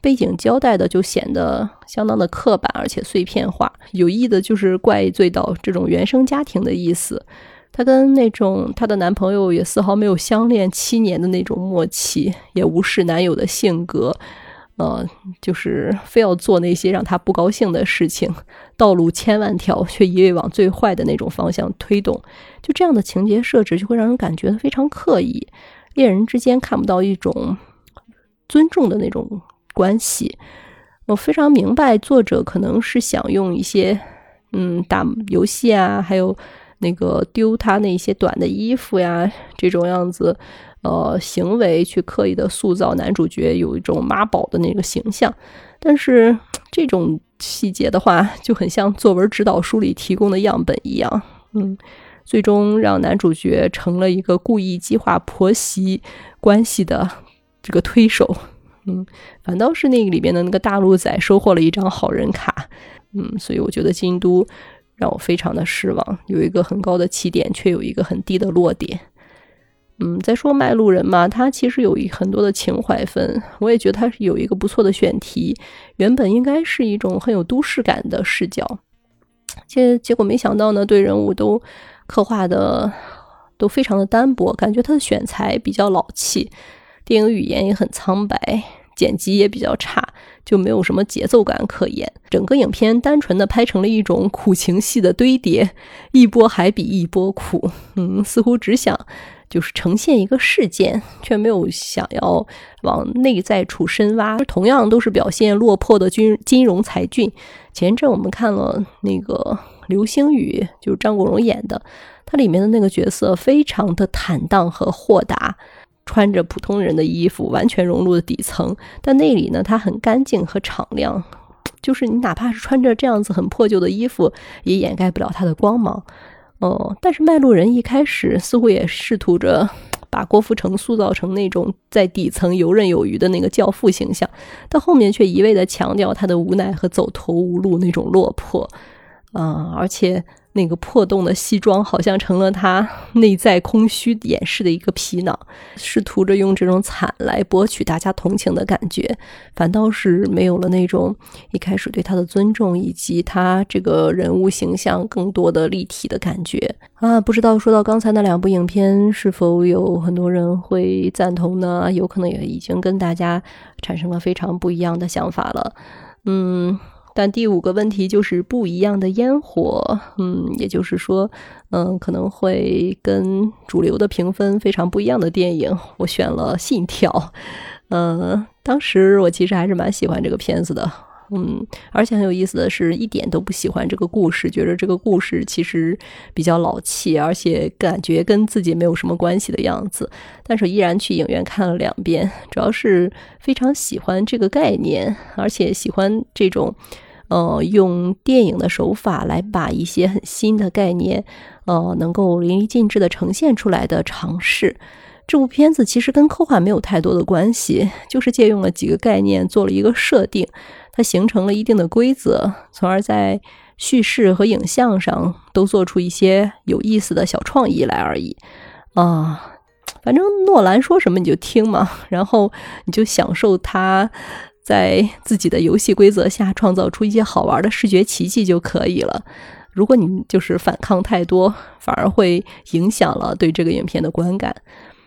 背景交代的就显得相当的刻板而且碎片化，有意的就是怪罪到这种原生家庭的意思。她跟那种她的男朋友也丝毫没有相恋7年的那种默契，也无视男友的性格，就是非要做那些让她不高兴的事情，道路千万条却一味往最坏的那种方向推动。就这样的情节设置就会让人感觉非常刻意，恋人之间看不到一种尊重的那种关系。我非常明白作者可能是想用一些打游戏啊，还有那个丢他那些短的衣服呀这种样子行为去刻意的塑造男主角有一种妈宝的那个形象，但是这种细节的话就很像作文指导书里提供的样本一样，最终让男主角成了一个故意激化婆媳关系的这个推手。反倒是那个里面的那个大陆仔收获了一张好人卡。所以我觉得京都让我非常的失望，有一个很高的起点，却有一个很低的落点。再说卖路人嘛，他其实有很多的情怀分，我也觉得他是有一个不错的选题，原本应该是一种很有都市感的视角，结果没想到呢，对人物都刻画的都非常的单薄，感觉他的选材比较老气，电影语言也很苍白，剪辑也比较差，就没有什么节奏感可言。整个影片单纯的拍成了一种苦情戏的堆叠，一波还比一波苦。似乎只想就是呈现一个事件，却没有想要往内在处深挖。同样都是表现落魄的金融才俊，前阵我们看了那个流星雨，就是张国荣演的，他里面的那个角色非常的坦荡和豁达，穿着普通人的衣服，完全融入了底层，但那里呢，它很干净和敞亮，就是你哪怕是穿着这样子很破旧的衣服，也掩盖不了它的光芒。但是卖路人一开始似乎也试图着把郭富城塑造成那种在底层游刃有余的那个教父形象，到后面却一味的强调他的无奈和走投无路那种落魄，而且那个破洞的西装好像成了他内在空虚掩饰的一个皮囊，试图着用这种惨来博取大家同情的感觉，反倒是没有了那种一开始对他的尊重，以及他这个人物形象更多的立体的感觉不知道说到刚才那2部影片是否有很多人会赞同呢？有可能也已经跟大家产生了非常不一样的想法了。但第5个问题就是不一样的烟火，也就是说，可能会跟主流的评分非常不一样的电影，我选了《信条》。当时我其实还是蛮喜欢这个片子的，而且很有意思的是，一点都不喜欢这个故事，觉得这个故事其实比较老气，而且感觉跟自己没有什么关系的样子，但是依然去影院看了2遍，主要是非常喜欢这个概念，而且喜欢这种用电影的手法来把一些很新的概念能够淋漓尽致的呈现出来的尝试。这部片子其实跟科幻没有太多的关系，就是借用了几个概念做了一个设定，它形成了一定的规则，从而在叙事和影像上都做出一些有意思的小创意来而已反正诺兰说什么你就听嘛，然后你就享受他在自己的游戏规则下创造出一些好玩的视觉奇迹就可以了。如果你就是反抗太多，反而会影响了对这个影片的观感。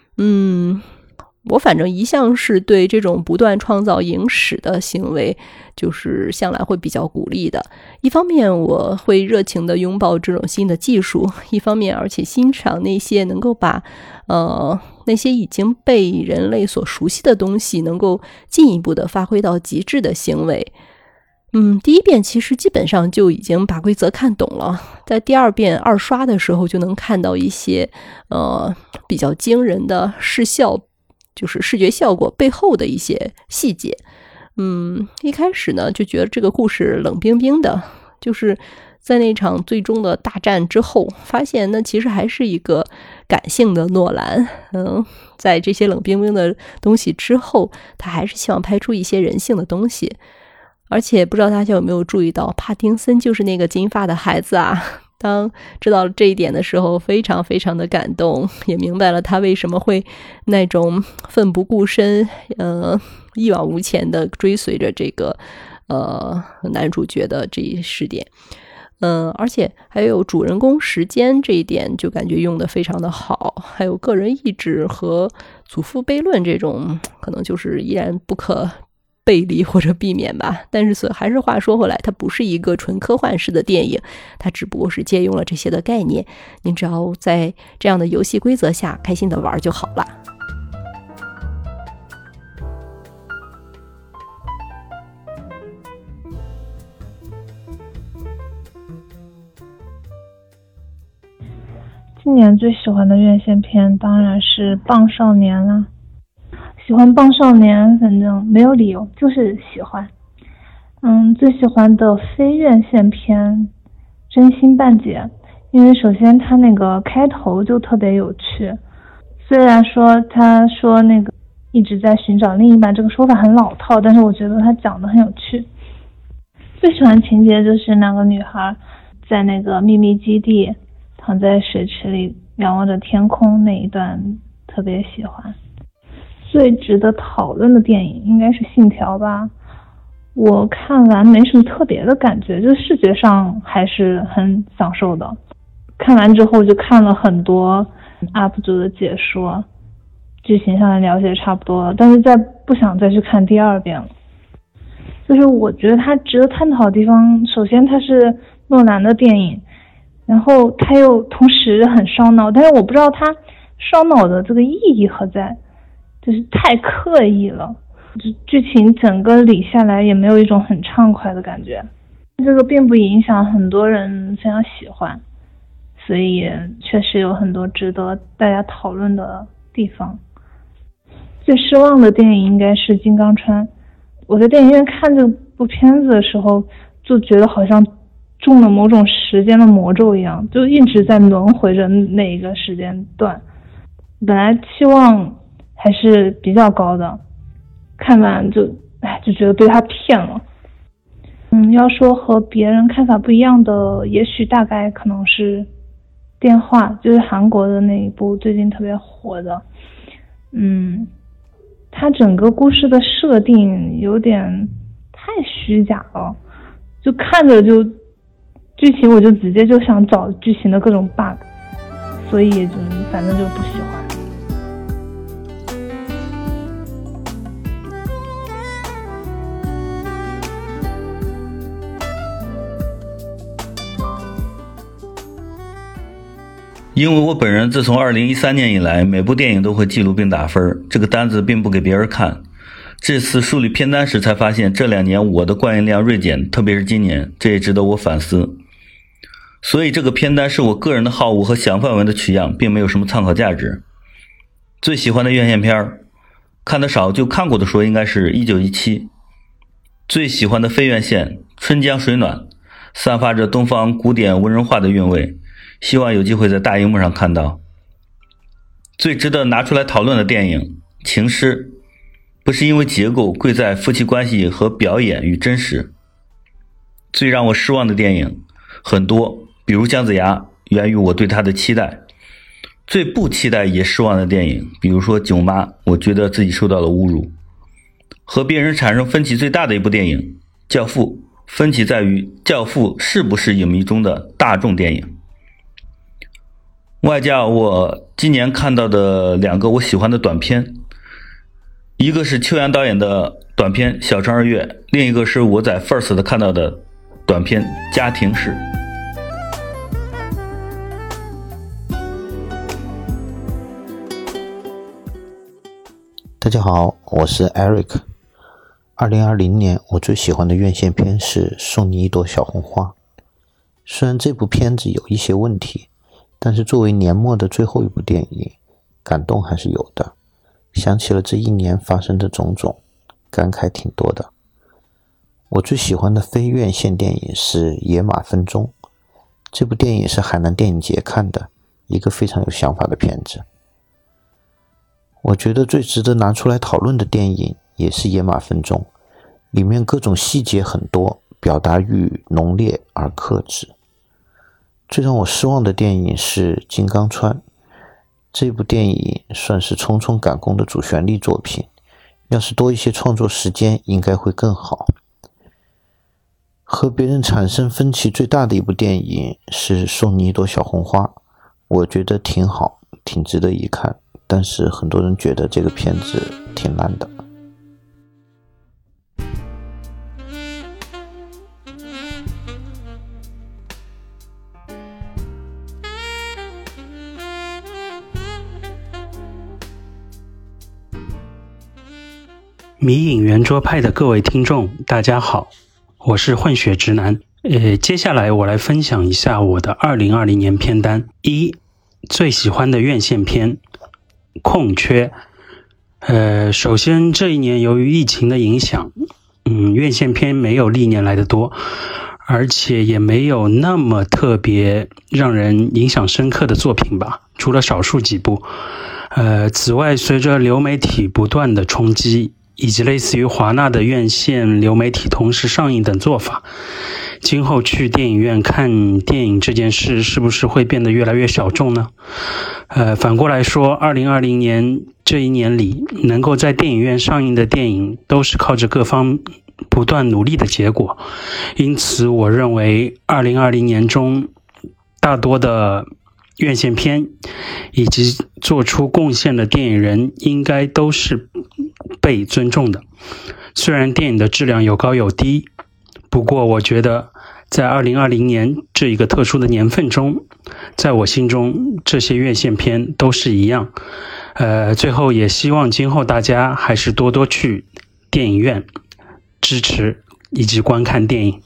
我反正一向是对这种不断创造影史的行为就是向来会比较鼓励的，一方面我会热情的拥抱这种新的技术，一方面而且欣赏那些能够把那些已经被人类所熟悉的东西能够进一步的发挥到极致的行为。第1遍其实基本上就已经把规则看懂了，在第2遍2刷的时候就能看到一些比较惊人的视觉效果背后的一些细节。一开始呢就觉得这个故事冷冰冰的，就是在那场最终的大战之后，发现那其实还是一个感性的诺兰。在这些冷冰冰的东西之后，他还是希望拍出一些人性的东西。而且不知道大家有没有注意到，帕丁森就是那个金发的孩子啊。当知道了这一点的时候，非常非常的感动，也明白了他为什么会那种奋不顾身一往无前的追随着这个男主角的这一视点。而且还有主人公时间这一点就感觉用得非常的好，还有个人意志和祖父悖论这种可能就是依然不可背离或者避免吧。但是还是话说回来，它不是一个纯科幻式的电影，它只不过是借用了这些的概念，您只要在这样的游戏规则下开心的玩就好了。 今年最喜欢的院线片当然是《棒少年》啦。喜欢《棒少年》反正没有理由，就是喜欢。最喜欢的非院线片《真心半解》，因为首先它那个开头就特别有趣。虽然说他说那个一直在寻找另一半这个说法很老套，但是我觉得他讲得很有趣。最喜欢情节就是那个女孩在那个秘密基地躺在水池里仰望着天空那一段特别喜欢。最值得讨论的电影应该是《信条》吧，我看完没什么特别的感觉，就视觉上还是很享受的。看完之后就看了很多 UP 主的解说，剧情上的了解差不多了，但是不想再去看第二遍了。就是我觉得它值得探讨的地方，首先它是诺兰的电影，然后它又同时很烧脑，但是我不知道它烧脑的这个意义何在，就是太刻意了，剧情整个理下来也没有一种很畅快的感觉。这个并不影响很多人非常喜欢，所以也确实有很多值得大家讨论的地方。最失望的电影应该是《金刚川》，我在电影院看这部片子的时候就觉得好像中了某种时间的魔咒一样，就一直在轮回着那一个时间段。本来期望还是比较高的，看完就觉得被他骗了。要说和别人看法不一样的，也许大概可能是电话，就是韩国的那一部最近特别火的。它整个故事的设定有点太虚假了，就看着就剧情我就直接就想找剧情的各种 bug， 所以反正就不喜欢。 因为我本人自从2013年以来，每部电影都会记录并打分，这个单子并不给别人看。这次梳理片单时才发现，这2年我的观影量锐减，特别是今年，这也值得我反思。所以这个片单是我个人的好恶和想范围的取样，并没有什么参考价值。最喜欢的院线片，看得少就看过的说应该是1917。最喜欢的非院线，春江水暖，散发着东方古典文人画的韵味，希望有机会在大荧幕上看到。最值得拿出来讨论的电影《情诗》，不是因为结构，贵在夫妻关系和表演与真实。最让我失望的电影很多，比如姜子牙，源于我对他的期待。最不期待也失望的电影，比如说囧妈，我觉得自己受到了侮辱。和别人产生分歧最大的一部电影《教父》，分歧在于《教父》是不是影迷中的大众电影。外加我今年看到的2个我喜欢的短片，一个是秋阳导演的短片《小城二月》，另一个是我在 First 看到的短片《家庭式》。 大家好，我是 Eric。2020年我最喜欢的院线片是《送你一朵小红花》。虽然这部片子有一些问题，但是作为年末的最后一部电影，感动还是有的。想起了这一年发生的种种，感慨挺多的。我最喜欢的非院线电影是《野马分鬃》。这部电影是海南电影节看的，一个非常有想法的片子。我觉得最值得拿出来讨论的电影也是《野马分鬃》，里面各种细节很多，表达欲浓烈而克制。最让我失望的电影是《金刚川》，这部电影算是匆匆赶工的主旋律作品， 要是多一些创作时间，应该会更好。和别人产生分歧最大的一部电影是《送你一朵小红花》，我觉得挺好，挺值得一看，但是很多人觉得这个片子挺烂的。 迷影圆桌派的各位听众，大家好，我是混血直男。接下来我来分享一下我的2020年片单。最喜欢的院线片，空缺。首先这一年由于疫情的影响，院线片没有历年来的多，而且也没有那么特别让人影响深刻的作品吧，除了少数几部。此外，随着流媒体不断的冲击，以及类似于华纳的院线流媒体同时上映等做法，今后去电影院看电影这件事是不是会变得越来越小众呢？反过来说，2020年这一年里，能够在电影院上映的电影都是靠着各方不断努力的结果，因此我认为2020年中大多的院线片以及做出贡献的电影人应该都是被尊重的。虽然电影的质量有高有低，不过我觉得在2020年这一个特殊的年份中，在我心中这些院线片都是一样。最后也希望今后大家还是多多去电影院支持以及观看电影。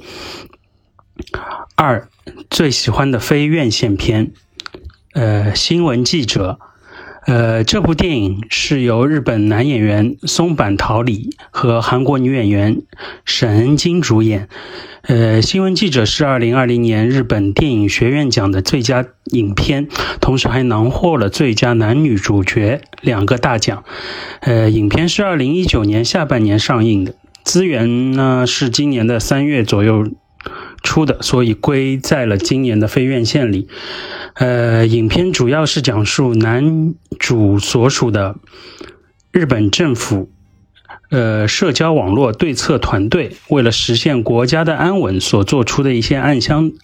最喜欢的非院线片，新闻记者。这部电影是由日本男演员松坂桃李和韩国女演员沈恩京主演。新闻记者是2020年日本电影学院奖的最佳影片，同时还囊获了最佳男女主角2个大奖。影片是2019年下半年上映的，资源呢是今年的3月左右出的，所以归在了今年的非院线里。影片主要是讲述男主所属的日本政府社交网络对策团队为了实现国家的安稳所做出的一些暗箱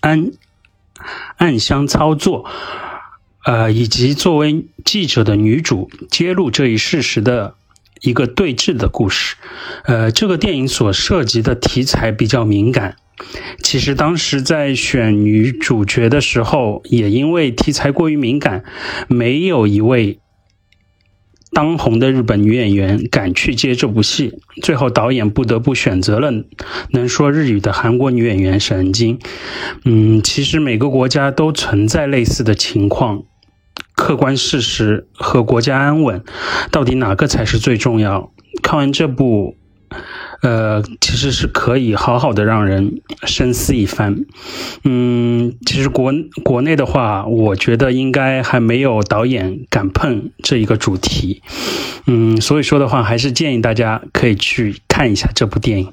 操作，以及作为记者的女主揭露这一事实的一个对峙的故事。这个电影所涉及的题材比较敏感，其实当时在选女主角的时候，也因为题材过于敏感，没有一位当红的日本女演员敢去接这部戏，最后导演不得不选择了能说日语的韩国女演员沈恩京。其实每个国家都存在类似的情况，客观事实和国家安稳，到底哪个才是最重要？看完这部其实是可以好好的让人深思一番。其实国内的话，我觉得应该还没有导演敢碰这一个主题。所以说的话，还是建议大家可以去看一下这部电影。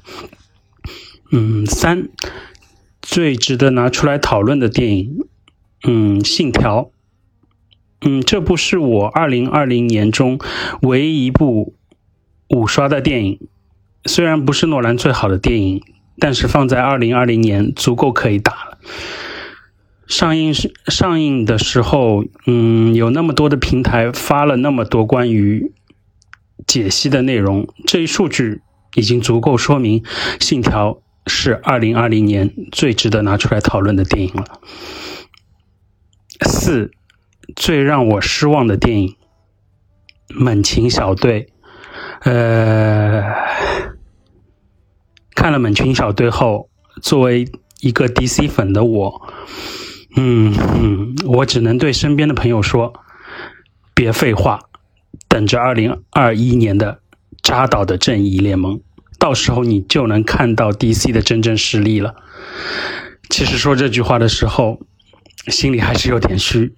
最值得拿出来讨论的电影，信条。这部是我2020年中唯一一部5刷的电影。虽然不是诺兰最好的电影，但是放在2020年足够可以打了。上映的时候，有那么多的平台发了那么多关于解析的内容，这一数据已经足够说明信条是2020年最值得拿出来讨论的电影了。最让我失望的电影，猛禽小队。看了猛禽小队后，作为一个 DC 粉的我，我只能对身边的朋友说，别废话，等着2021年的扎导的正义联盟，到时候你就能看到 DC 的真正实力了。其实说这句话的时候，心里还是有点虚。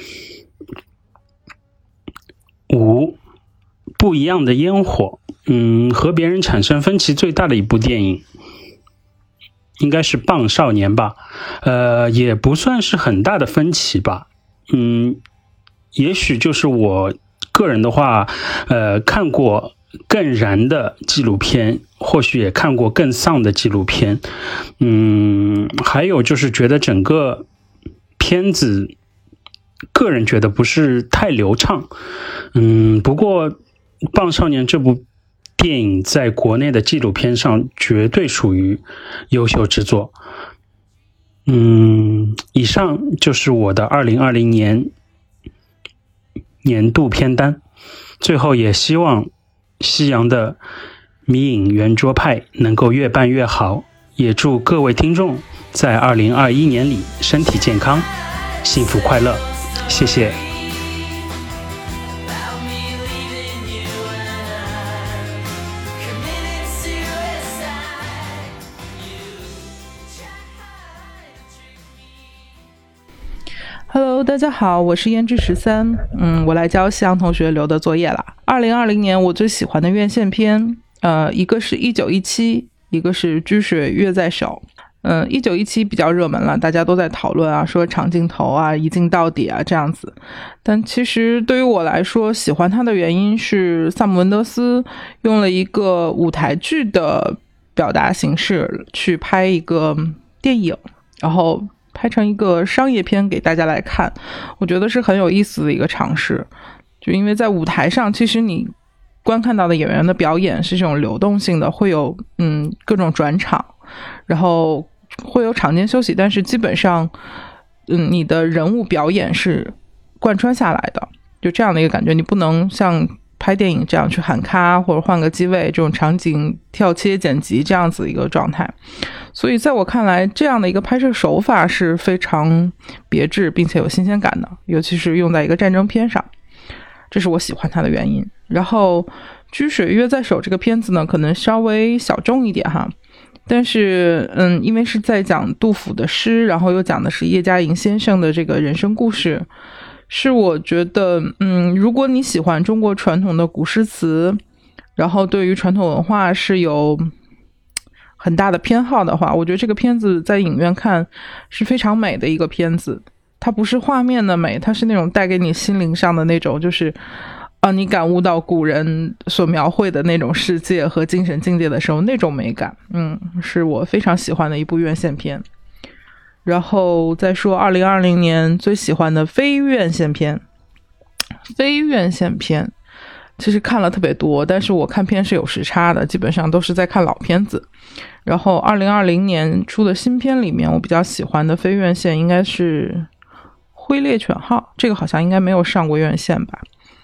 不一样的烟火。和别人产生分歧最大的一部电影应该是《棒少年》吧。也不算是很大的分歧吧。也许就是我个人的话，看过更燃的纪录片，或许也看过更丧的纪录片。还有就是觉得整个片子个人觉得不是太流畅。不过《棒少年》这部电影在国内的纪录片上绝对属于优秀之作。以上就是我的2020年年度片单。最后也希望西洋的迷影圆桌派能够越办越好，也祝各位听众在2021年里身体健康，幸福快乐。谢谢。 Hello， 大家好，我是胭脂13。我来教西洋同学留的作业啦。2020年我最喜欢的院线片，一个是1917，一个是掬水月在手。1917比较热门了，大家都在讨论啊，说长镜头啊，一镜到底啊这样子。但其实对于我来说，喜欢它的原因是萨姆文德斯用了一个舞台剧的表达形式去拍一个电影，然后拍成一个商业片给大家来看，我觉得是很有意思的一个尝试。就因为在舞台上，其实你观看到的演员的表演是这种流动性的，会有各种转场，然后会有场间休息，但是基本上你的人物表演是贯穿下来的，就这样的一个感觉。你不能像拍电影这样去喊咔或者换个机位，这种场景跳切剪辑这样子一个状态。所以在我看来，这样的一个拍摄手法是非常别致并且有新鲜感的，尤其是用在一个战争片上，这是我喜欢它的原因。然后掬水月在手这个片子呢，可能稍微小众一点哈，但是因为是在讲杜甫的诗，然后又讲的是叶嘉莹先生的这个人生故事，是我觉得如果你喜欢中国传统的古诗词，然后对于传统文化是有很大的偏好的话，我觉得这个片子在影院看是非常美的一个片子。它不是画面的美，它是那种带给你心灵上的那种，就是你感悟到古人所描绘的那种世界和精神境界的时候那种美感。是我非常喜欢的一部院线片。然后再说2020年最喜欢的非院线片。非院线片其实看了特别多，但是我看片是有时差的，基本上都是在看老片子。然后2020年出的新片里面，我比较喜欢的非院线应该是《挥猎犬号》，这个好像应该没有上过院线吧。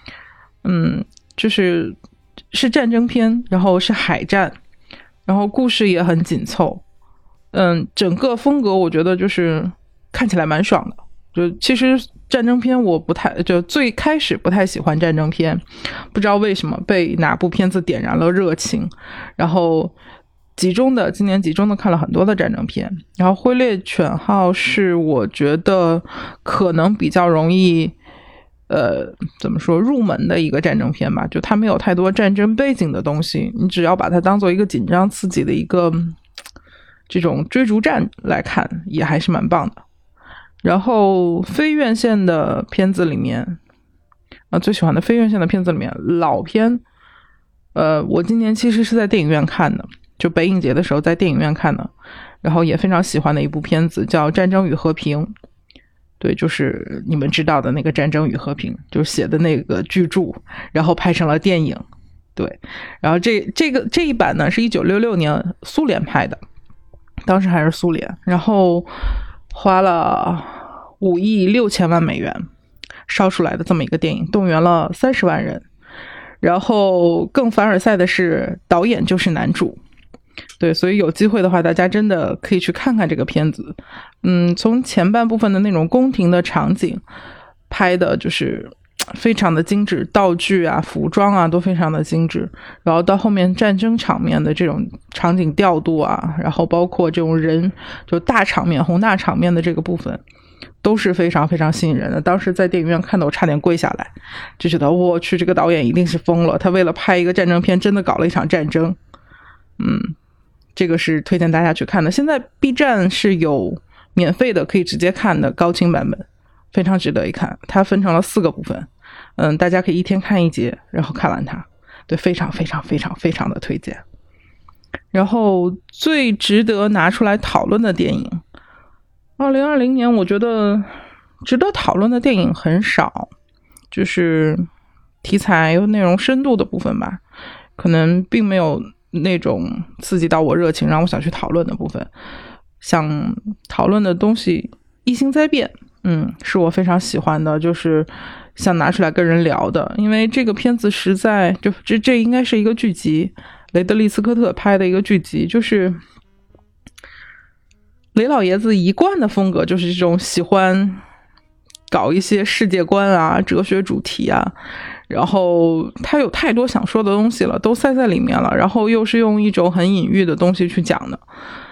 就是战争片，然后是海战，然后故事也很紧凑。整个风格我觉得就是看起来蛮爽的。就其实战争片我就最开始不太喜欢战争片，不知道为什么被哪部片子点燃了热情，然后今年集中的看了很多的战争片。然后挥猎犬号是我觉得可能比较容易怎么说入门的一个战争片吧，就它没有太多战争背景的东西，你只要把它当做一个紧张刺激的一个这种追逐战来看，也还是蛮棒的。然后非院线的片子里面最喜欢的非院线的片子里面，老片我今年其实是在电影院看的，就北影节的时候在电影院看的，然后也非常喜欢的一部片子叫《战争与和平》。对，就是你们知道的那个《战争与和平》，就是写的那个巨著，然后拍成了电影。对，然后这一版呢是1966年苏联拍的，当时还是苏联，然后花了5亿6千万美元烧出来的这么一个电影，动员了30万人。然后更凡尔赛的是导演就是男主。对，所以有机会的话大家真的可以去看看这个片子。从前半部分的那种宫廷的场景拍的就是非常的精致，道具啊服装啊都非常的精致，然后到后面战争场面的这种场景调度啊，然后包括这种人就大场面宏大场面的这个部分都是非常非常吸引人的。当时在电影院看到我差点跪下来，就觉得我去，这个导演一定是疯了，他为了拍一个战争片真的搞了一场战争。这个是推荐大家去看的。现在 B 站是有免费的可以直接看的高清版本，非常值得一看。它分成了4个部分，大家可以一天看1节，然后看完它。 对，非常非常非常非常的推荐。然后最值得拿出来讨论的电影，2020年我觉得值得讨论的电影很少，就是题材有内容深度的部分吧，可能并没有那种刺激到我热情让我想去讨论的部分。想讨论的东西异星灾变，是我非常喜欢的，就是想拿出来跟人聊的。因为这个片子实在就这应该是一个剧集，雷德利·斯科特拍的一个剧集，就是雷老爷子一贯的风格就是这种喜欢搞一些世界观啊、哲学主题啊，然后他有太多想说的东西了，都塞在里面了，然后又是用一种很隐喻的东西去讲的，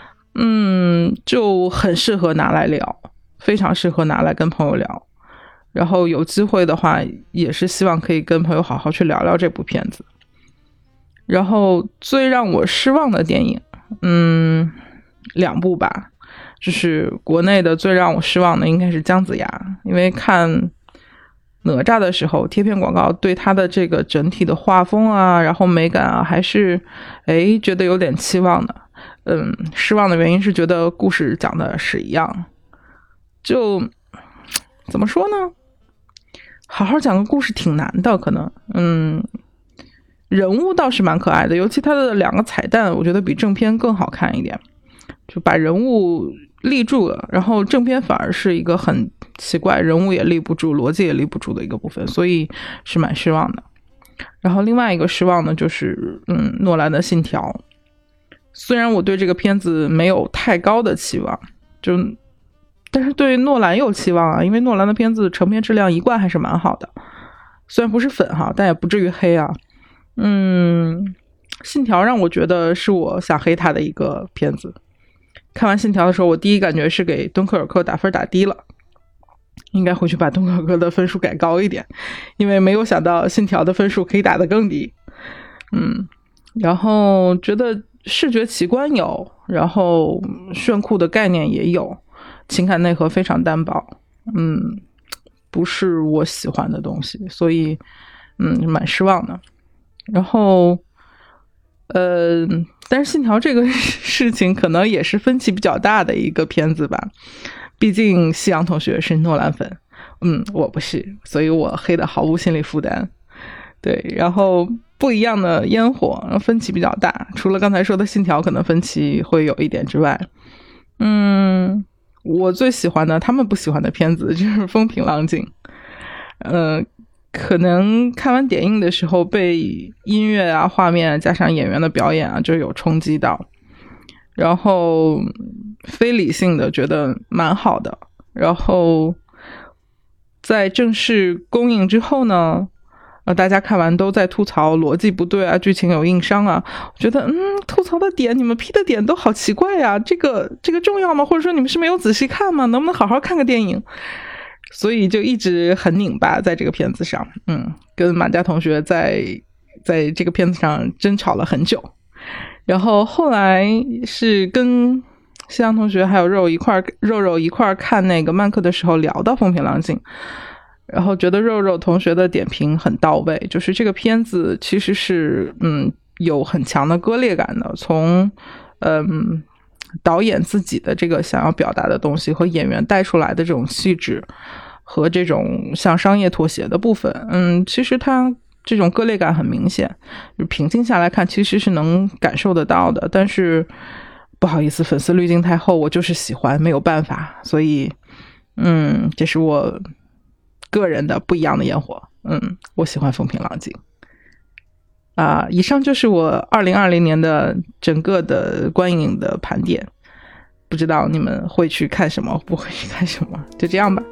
就很适合拿来聊，非常适合拿来跟朋友聊。然后有机会的话，也是希望可以跟朋友好好去聊聊这部片子。然后最让我失望的电影，2部吧，就是国内的最让我失望的应该是姜子牙，因为看哪吒的时候贴片广告对它的这个整体的画风啊，然后美感啊，还是觉得有点期望的。失望的原因是觉得故事讲的是一样，就怎么说呢，好好讲个故事挺难的，可能人物倒是蛮可爱的，尤其他的2个彩蛋我觉得比正片更好看一点，就把人物立住了，然后正片反而是一个很奇怪，人物也立不住，逻辑也立不住的一个部分，所以是蛮失望的。然后另外一个失望呢，就是诺兰的信条，虽然我对这个片子没有太高的期望，但是对诺兰有期望啊，因为诺兰的片子成片质量一贯还是蛮好的，虽然不是粉哈，但也不至于黑啊。信条让我觉得是我想黑他的一个片子。看完信条的时候，我第一感觉是给敦刻尔克打分打低了，应该回去把敦刻尔克的分数改高一点，因为没有想到信条的分数可以打得更低。然后觉得视觉奇观有，然后炫酷的概念也有，情感内核非常单薄，不是我喜欢的东西，所以蛮失望的。然后但是信条这个事情可能也是分歧比较大的一个片子吧，毕竟夕阳同学是诺兰粉，我不是，所以我黑的毫无心理负担。对，然后不一样的烟火分歧比较大，除了刚才说的信条可能分歧会有一点之外，我最喜欢的他们不喜欢的片子就是风平浪静。可能看完点映的时候被音乐啊、画面加上演员的表演啊就有冲击到，然后非理性的觉得蛮好的。然后在正式公映之后呢，大家看完都在吐槽逻辑不对啊，剧情有硬伤啊。我觉得吐槽的点，你们批的点都好奇怪呀，这个重要吗？或者说你们是没有仔细看吗？能不能好好看个电影？所以就一直很拧巴在这个片子上，跟马家同学在这个片子上争吵了很久。然后后来是跟夕阳同学还有肉肉一块看那个曼克的时候聊到风平浪静，然后觉得肉肉同学的点评很到位，就是这个片子其实是有很强的割裂感的，从导演自己的这个想要表达的东西和演员带出来的这种气质和这种向商业妥协的部分，其实它这种割裂感很明显，就平静下来看其实是能感受得到的。但是不好意思，粉丝滤镜太厚，我就是喜欢，没有办法。所以这是我个人的不一样的烟火。我喜欢风平浪静。以上就是我2020年的整个的观影的盘点，不知道你们会去看什么，不会去看什么，就这样吧。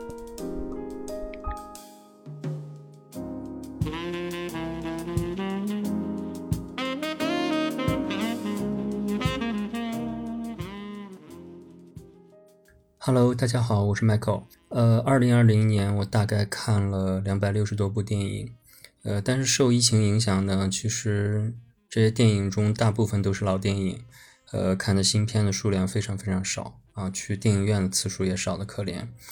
Hello， 大家好，我是 Michael。2020年我大概看了260多部电影。但是受疫情影响呢，其实这些电影中大部分都是老电影，看的新片的数量非常非常少啊，去电影院的次数也少得可怜。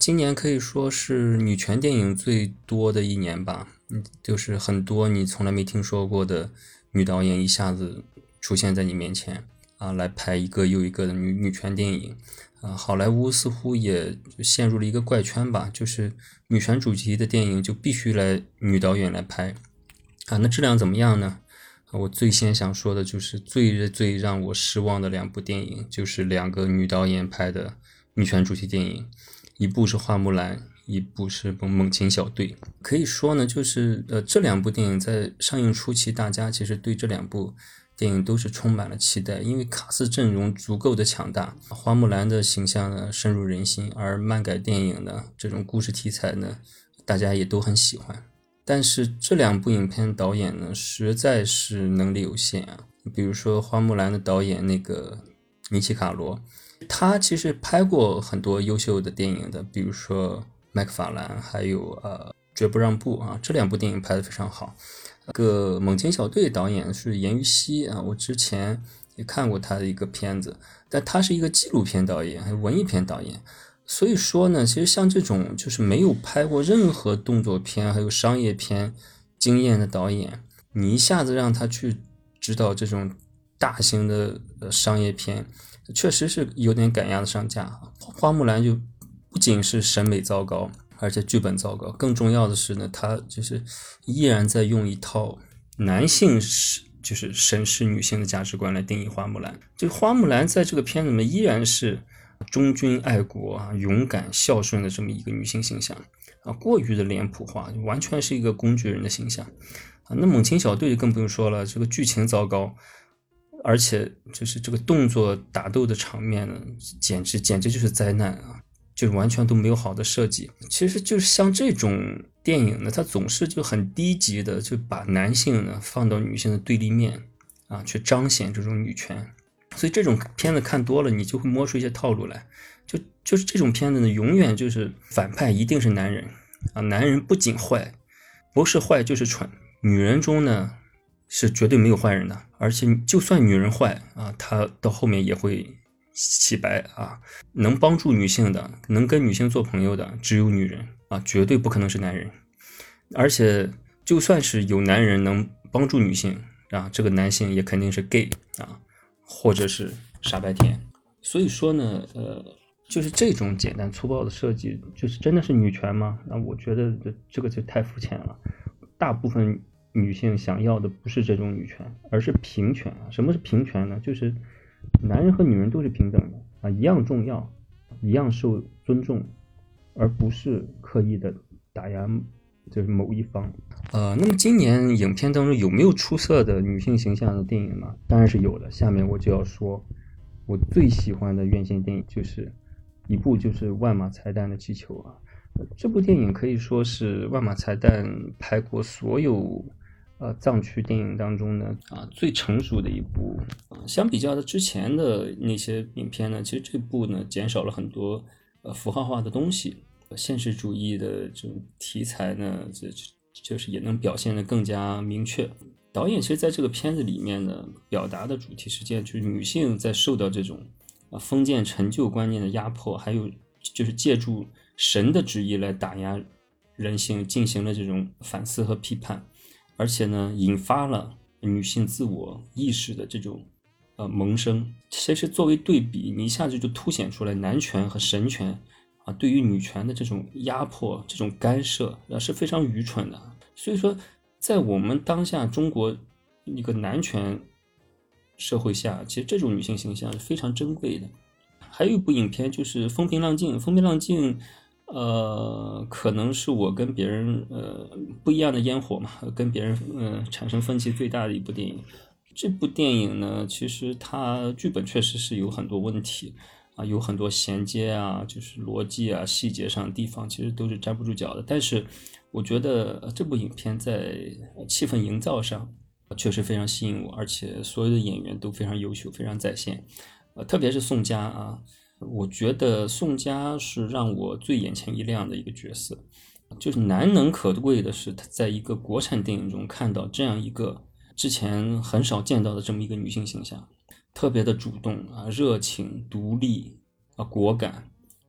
今年可以说是女权电影最多的一年吧，就是很多你从来没听说过的女导演一下子出现在你面前啊，来拍一个又一个的女权电影啊。好莱坞似乎也陷入了一个怪圈吧，就是女权主题的电影就必须来女导演来拍啊。那质量怎么样呢？我最先想说的就是最让我失望的2部电影，就是2个女导演拍的女权主题电影，一部是花木兰，一部是猛禽小队。可以说呢，就是这2部电影在上映初期，大家其实对这2部电影都是充满了期待，因为卡司阵容足够的强大，花木兰的形象呢深入人心，而漫改电影呢这种故事题材呢，大家也都很喜欢。但是这2部影片导演呢，实在是能力有限啊。比如说花木兰的导演那个尼奇卡罗，他其实拍过很多优秀的电影的，比如说麦克法兰，还有绝不让步啊，这2部电影拍得非常好。猛禽小队导演是严于熙啊，我之前也看过他的一个片子，但他是一个纪录片导演，还有文艺片导演。所以说呢，其实像这种就是没有拍过任何动作片还有商业片经验的导演，你一下子让他去指导这种大型的商业片，确实是有点赶鸭子上架。花木兰就不仅是审美糟糕，而且剧本糟糕，更重要的是呢，他就是依然在用一套男性就是审视女性的价值观来定义花木兰。就花木兰在这个片子里面依然是忠君爱国啊、勇敢孝顺的这么一个女性形象啊，过于的脸谱化，完全是一个工具人的形象啊。那猛禽小队就更不用说了，这个剧情糟糕，而且就是这个动作打斗的场面呢，简直就是灾难啊，就是完全都没有好的设计。其实就是像这种电影呢，它总是就很低级的就把男性呢放到女性的对立面啊，去彰显这种女权。所以这种片子看多了，你就会摸出一些套路来。就是这种片子呢，永远就是反派一定是男人啊，男人不仅坏，不是坏就是蠢。女人中呢是绝对没有坏人的，而且就算女人坏啊，她到后面也会洗白啊。能帮助女性的，能跟女性做朋友的，只有女人啊，绝对不可能是男人。而且就算是有男人能帮助女性啊，这个男性也肯定是 gay 啊，或者是傻白甜。所以说呢，就是这种简单粗暴的设计，就是真的是女权吗？那我觉得这个就太肤浅了。大部分女性想要的不是这种女权，而是平权。什么是平权呢？就是男人和女人都是平等的啊，一样重要，一样受尊重，而不是刻意的打压就是某一方。那么今年影片当中有没有出色的女性形象的电影呢？当然是有的。下面我就要说我最喜欢的院线电影，就是一部就是万马才旦的气球啊。这部电影可以说是万马才旦拍过所有藏区电影当中呢最成熟的一部。相比较的之前的那些影片呢，其实这部呢减少了很多符号化的东西，现实主义的这种题材呢就是也能表现得更加明确。导演其实在这个片子里面呢表达的主题实际上就是女性在受到这种封建陈旧观念的压迫，还有就是借助神的旨意来打压人性，进行了这种反思和批判，而且呢引发了女性自我意识的这种萌生。其实作为对比，你一下子就凸显出来男权和神权对于女权的这种压迫、这种干涉是非常愚蠢的。所以说在我们当下中国一个男权社会下，其实这种女性形象是非常珍贵的。还有一部影片就是风平浪静。风平浪静可能是我跟别人不一样的烟火嘛，跟别人产生分歧最大的一部电影。这部电影呢，其实它剧本确实是有很多问题有很多衔接就是逻辑细节上的地方其实都是站不住脚的。但是我觉得这部影片在气氛营造上确实非常吸引我，而且所有的演员都非常优秀，非常在线。特别是宋佳我觉得宋佳是让我最眼前一亮的一个角色。就是难能可贵的是，他在一个国产电影中看到这样一个之前很少见到的这么一个女性形象，特别的主动热情、独立果敢，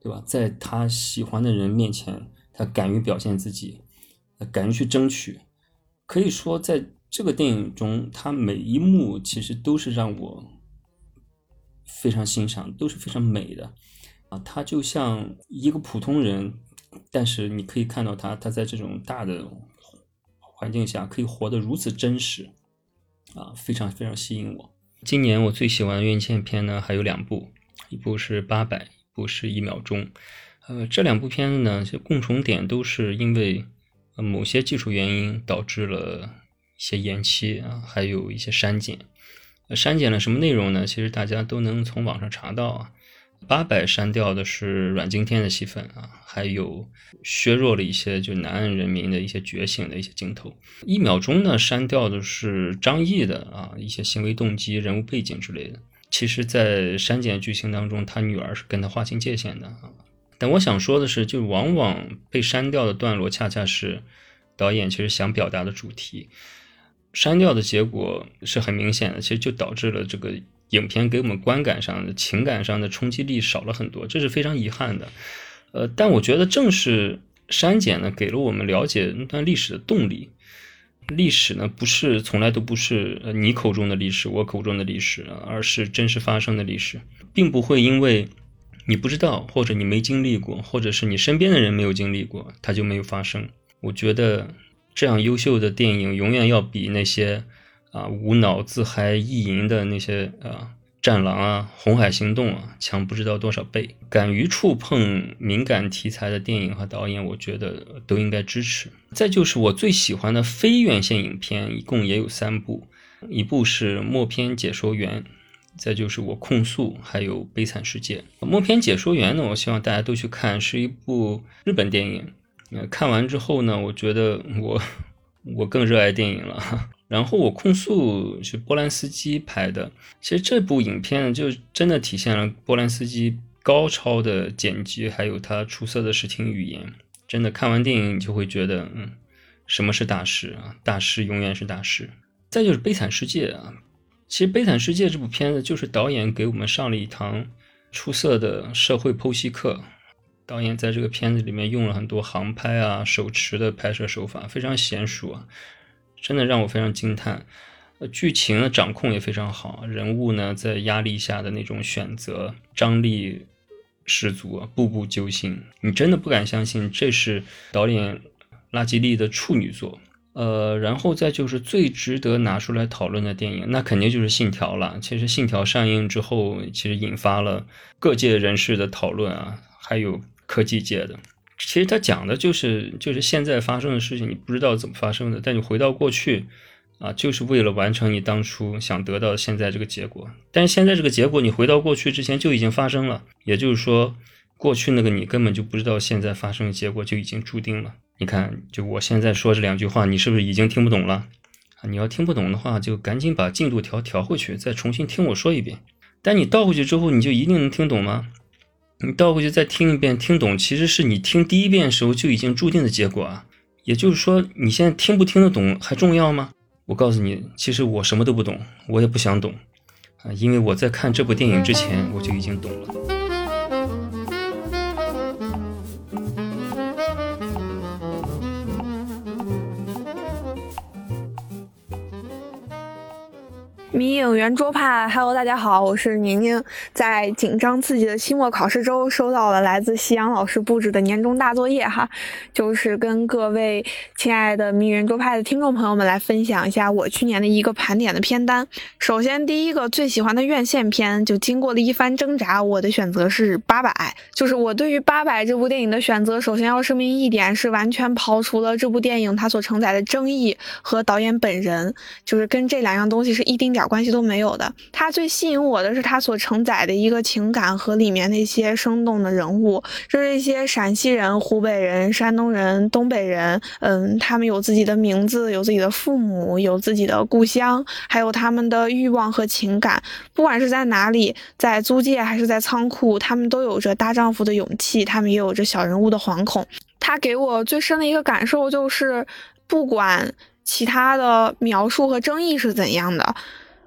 对吧？在他喜欢的人面前，他敢于表现自己，敢于去争取。可以说在这个电影中，他每一幕其实都是让我非常欣赏，都是非常美的啊。他就像一个普通人，但是你可以看到他在这种大的环境下可以活得如此真实啊，非常非常吸引我。今年我最喜欢的院线片呢还有2部，一部是800，一部是1秒钟。这2部片子呢，共同点都是因为某些技术原因导致了一些延期啊，还有一些删减。删减了什么内容呢？其实大家都能从网上查到啊。800删掉的是阮经天的戏份啊，还有削弱了一些就南岸人民的一些觉醒的一些镜头。1秒钟呢，删掉的是张译的啊一些行为动机、人物背景之类的。其实在删减剧情当中，他女儿是跟他划清界限的啊。但我想说的是，就往往被删掉的段落恰恰是导演其实想表达的主题。删掉的结果是很明显的，其实就导致了这个影片给我们观感上的、情感上的冲击力少了很多，这是非常遗憾的。但我觉得正是删减呢，给了我们了解那段历史的动力。历史呢，从来都不是你口中的历史，我口中的历史，而是真实发生的历史，并不会因为你不知道，或者你没经历过，或者是你身边的人没有经历过，它就没有发生。我觉得这样优秀的电影永远要比那些无脑自嗨意淫的那些战狼啊、红海行动啊强不知道多少倍。敢于触碰敏感题材的电影和导演，我觉得都应该支持。再就是我最喜欢的非院线影片，一共也有3部，一部是默片解说员，再就是我控诉，还有悲惨世界。默片解说员呢，我希望大家都去看，是一部日本电影。看完之后呢，我觉得我更热爱电影了。然后我控诉是波兰斯基拍的，其实这部影片就真的体现了波兰斯基高超的剪辑，还有他出色的视听语言。真的看完电影你就会觉得什么是大师啊？大师永远是大师。再就是悲惨世界啊，其实悲惨世界这部片子就是导演给我们上了一堂出色的社会剖析课。导演在这个片子里面用了很多航拍啊、手持的拍摄手法，非常娴熟啊，真的让我非常惊叹。剧情的掌控也非常好，人物呢在压力下的那种选择，张力十足啊，步步揪心。你真的不敢相信这是导演拉吉利的处女作。然后再就是最值得拿出来讨论的电影，那肯定就是《信条》了。其实《信条》上映之后，其实引发了各界人士的讨论啊，还有科技界的。其实它讲的就是现在发生的事情，你不知道怎么发生的，但你回到过去啊，就是为了完成你当初想得到的现在这个结果。但是现在这个结果，你回到过去之前就已经发生了，也就是说，过去那个你根本就不知道现在发生的结果就已经注定了。你看，就我现在说这2句话，你是不是已经听不懂了？你要听不懂的话，就赶紧把进度条调回去，再重新听我说一遍。但你倒回去之后，你就一定能听懂吗？你倒回去再听一遍，听懂其实是你听第一遍的时候就已经注定的结果啊。也就是说，你现在听不听得懂还重要吗？我告诉你，其实我什么都不懂，我也不想懂啊，因为我在看这部电影之前我就已经懂了。 迷影圆桌派 ，Hello， 大家好，我是宁宁。在紧张刺激的期末考试周，收到了来自夕阳老师布置的年终大作业哈，就是跟各位亲爱的迷影圆桌派的听众朋友们来分享一下我去年的一个盘点的片单。首先，第一个最喜欢的院线片，就经过了一番挣扎，我的选择是800。就是我对于800这部电影的选择，首先要声明一点，是完全刨除了这部电影它所承载的争议和导演本人，就是跟这2样东西是一丁点关系都没有的。它最吸引我的是它所承载的一个情感和里面那些生动的人物，这一些陕西人、湖北人、山东人、东北人，他们有自己的名字，有自己的父母，有自己的故乡，还有他们的欲望和情感，不管是在哪里，在租界还是在仓库，他们都有着大丈夫的勇气，他们也有着小人物的惶恐。它给我最深的一个感受就是，不管其他的描述和争议是怎样的，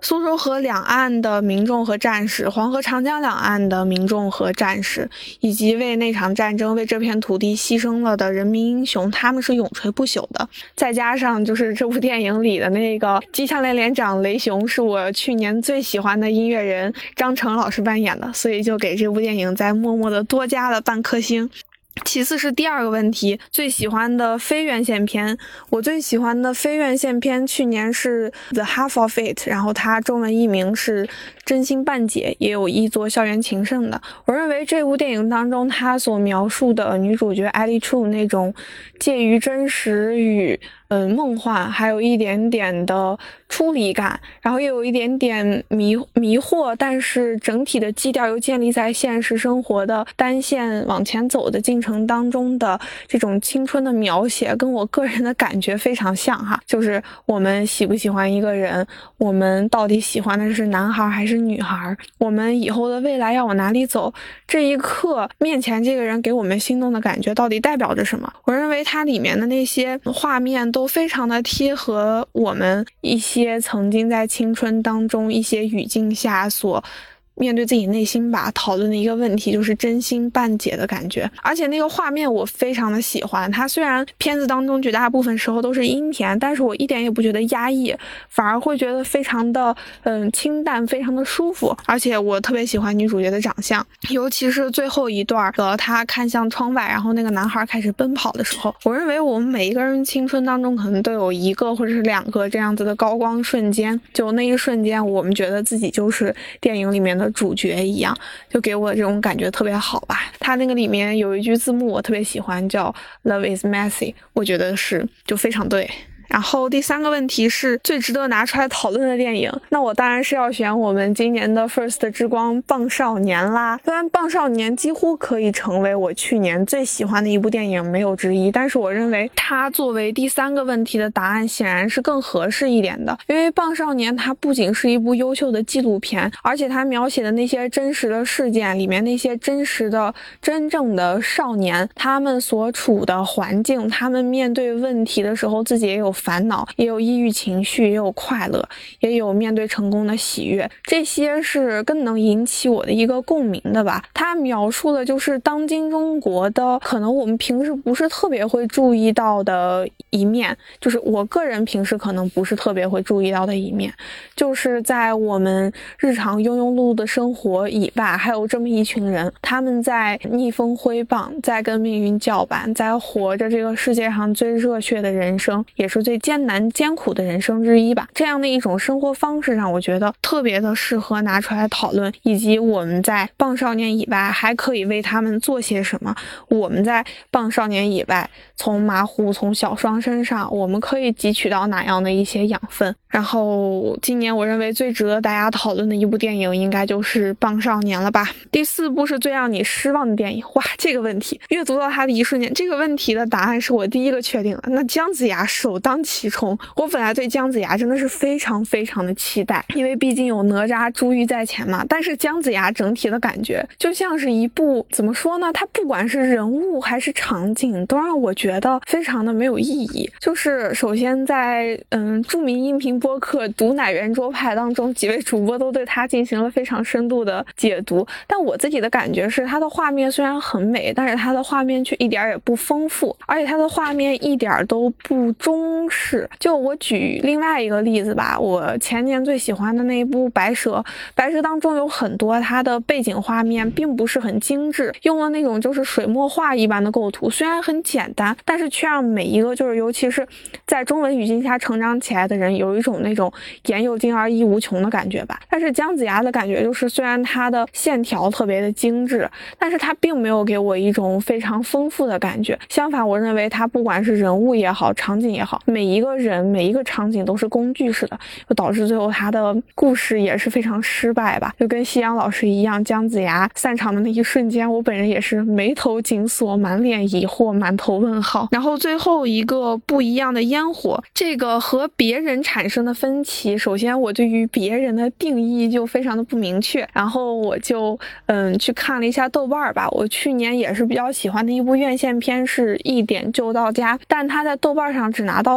苏州河两岸的民众和战士，黄河长江两岸的民众和战士，以及为那场战争为这片土地牺牲了的人民英雄，他们是永垂不朽的。再加上就是这部电影里的那个机枪连连长雷雄，是我去年最喜欢的音乐人张成老师扮演的，所以就给这部电影再默默的多加了半颗星。其次是第二个问题，最喜欢的非院线片。我最喜欢的非院线片去年是 The Half of It， 然后它中文译名是真心半解，也有译作校园情圣的。我认为这部电影当中它所描述的女主角艾莉处那种介于真实与梦幻，还有一点点的出离感，然后又有一点点迷惑，但是整体的基调又建立在现实生活的单线往前走的进程当中的这种青春的描写，跟我个人的感觉非常像哈，就是我们喜不喜欢一个人，我们到底喜欢的是男孩还是女孩，我们以后的未来要往哪里走，这一刻面前这个人给我们心动的感觉到底代表着什么。我认为它里面的那些画面都非常的贴合我们一些曾经在青春当中一些语境下所面对自己内心吧讨论的一个问题，就是真心半解的感觉。而且那个画面我非常的喜欢，它虽然片子当中绝大部分时候都是阴甜，但是我一点也不觉得压抑，反而会觉得非常的清淡，非常的舒服。而且我特别喜欢女主角的长相，尤其是最后一段她看向窗外，然后那个男孩开始奔跑的时候，我认为我们每一个人青春当中可能都有一个或者是两个这样子的高光瞬间，就那一瞬间我们觉得自己就是电影里面的主角一样，就给我这种感觉特别好吧。他那个里面有一句字幕我特别喜欢，叫 Love is messy， 我觉得是就非常对。然后第三个问题是最值得拿出来讨论的电影，那我当然是要选我们今年的 First 之光棒少年啦。虽然棒少年几乎可以成为我去年最喜欢的一部电影没有之一，但是我认为它作为第三个问题的答案显然是更合适一点的。因为棒少年它不仅是一部优秀的纪录片，而且它描写的那些真实的事件里面那些真实的真正的少年，他们所处的环境，他们面对问题的时候自己也有烦恼，也有抑郁情绪，也有快乐，也有面对成功的喜悦，这些是更能引起我的一个共鸣的吧。它描述的就是当今中国的可能我们平时不是特别会注意到的一面，就是我个人平时可能不是特别会注意到的一面，就是在我们日常庸庸碌碌的生活以外，还有这么一群人，他们在逆风挥棒，在跟命运叫板，在活着这个世界上最热血的人生，也是最艰难艰苦的人生之一吧。这样的一种生活方式上，我觉得特别的适合拿出来讨论，以及我们在棒少年以外还可以为他们做些什么。我们在棒少年以外，从马虎从小双身上我们可以汲取到哪样的一些养分。然后今年我认为最值得大家讨论的一部电影应该就是棒少年了吧。第四部是最让你失望的电影。哇，这个问题阅读到它的一瞬间，这个问题的答案是我第一个确定的，那姜子牙首当其冲。我本来对姜子牙真的是非常非常的期待，因为毕竟有哪吒珠玉在前嘛。但是姜子牙整体的感觉就像是一部怎么说呢，它不管是人物还是场景都让我觉得非常的没有意义。就是首先在著名音频播客毒奶圆桌派当中，几位主播都对它进行了非常深度的解读，但我自己的感觉是它的画面虽然很美，但是它的画面却一点也不丰富，而且它的画面一点都不中式。就我举另外一个例子吧，我前年最喜欢的那一部白蛇当中有很多它的背景画面并不是很精致，用了那种就是水墨画一般的构图，虽然很简单，但是却让每一个就是尤其是在中文语境下成长起来的人有一种那种言有尽而意无穷的感觉吧。但是姜子牙的感觉就是虽然它的线条特别的精致，但是它并没有给我一种非常丰富的感觉。相反，我认为它不管是人物也好，场景也好，每一个人每一个场景都是工具式的，就导致最后它的故事也是非常失败吧。就跟夕阳老师一样，姜子牙散场的那一瞬间，我本人也是眉头紧锁，满脸疑惑，满头问号。然后最后一个不一样的烟火，这个和别人产生的分歧，首先我对于别人的定义就非常的不明确，然后我就去看了一下豆瓣吧。我去年也是比较喜欢的一部院线片是一点就到家，但它在豆瓣上只拿到了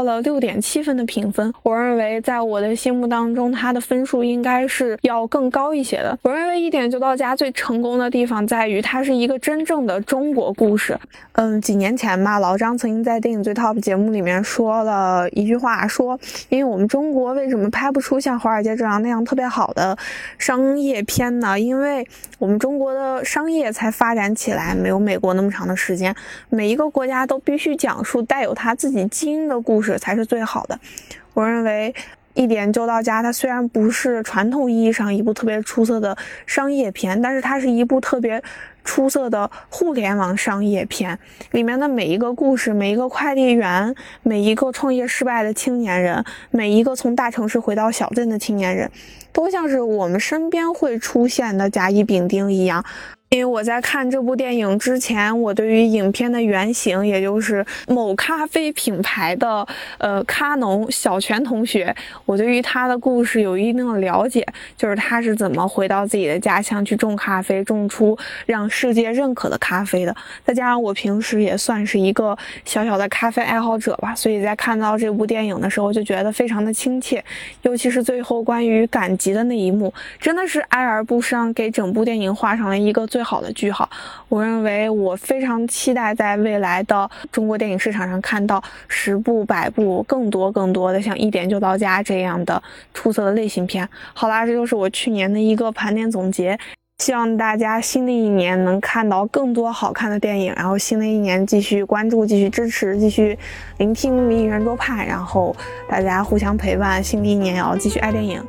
了6.7分的评分。我认为在我的心目当中，它的分数应该是要更高一些的。我认为一点就到家最成功的地方在于它是一个真正的中国故事。几年前吧，老张曾经在电影最 top 节目里面说了一句话，说因为我们中国为什么拍不出像华尔街这样那样特别好的商业片呢？因为我们中国的商业才发展起来没有美国那么长的时间，每一个国家都必须讲述带有它自己基因的故事才是最好的。我认为一点就到家它虽然不是传统意义上一部特别出色的商业片，但是它是一部特别出色的互联网商业片，里面的每一个故事，每一个快递员，每一个创业失败的青年人，每一个从大城市回到小镇的青年人，都像是我们身边会出现的甲乙丙丁一样。因为我在看这部电影之前，我对于影片的原型，也就是某咖啡品牌的咖农小泉同学，我对于他的故事有一定的了解，就是他是怎么回到自己的家乡去种咖啡，种出让世界认可的咖啡的。再加上我平时也算是一个小小的咖啡爱好者吧，所以在看到这部电影的时候就觉得非常的亲切，尤其是最后关于赶集的那一幕，真的是哀而不伤，给整部电影画上了一个最好的句号。我认为我非常期待在未来的中国电影市场上看到10部100部更多的像一点就到家这样的出色的类型片。好啦，这就是我去年的一个盘点总结，希望大家新的一年能看到更多好看的电影，然后新的一年继续关注，继续支持，继续聆听迷影圆桌派，然后大家互相陪伴，新的一年也要继续爱电影。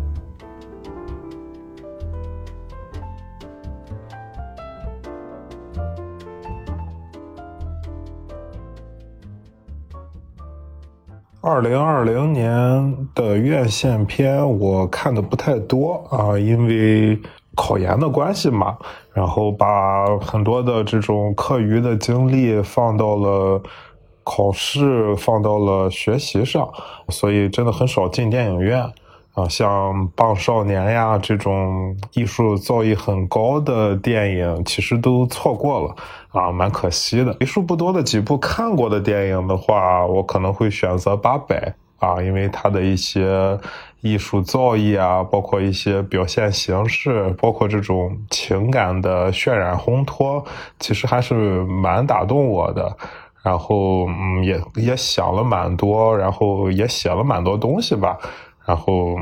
2020年的院线片我看的不太多啊，因为考研的关系嘛，然后把很多的这种课余的精力放到了考试，放到了学习上，所以真的很少进电影院啊。像《棒少年》呀这种艺术造诣很高的电影，其实都错过了啊，蛮可惜的。为数不多的几部看过的电影的话，我可能会选择《八佰》啊，因为它的一些艺术造诣啊，包括一些表现形式，包括这种情感的渲染烘托，其实还是蛮打动我的。然后也想了蛮多，然后也写了蛮多东西吧。然后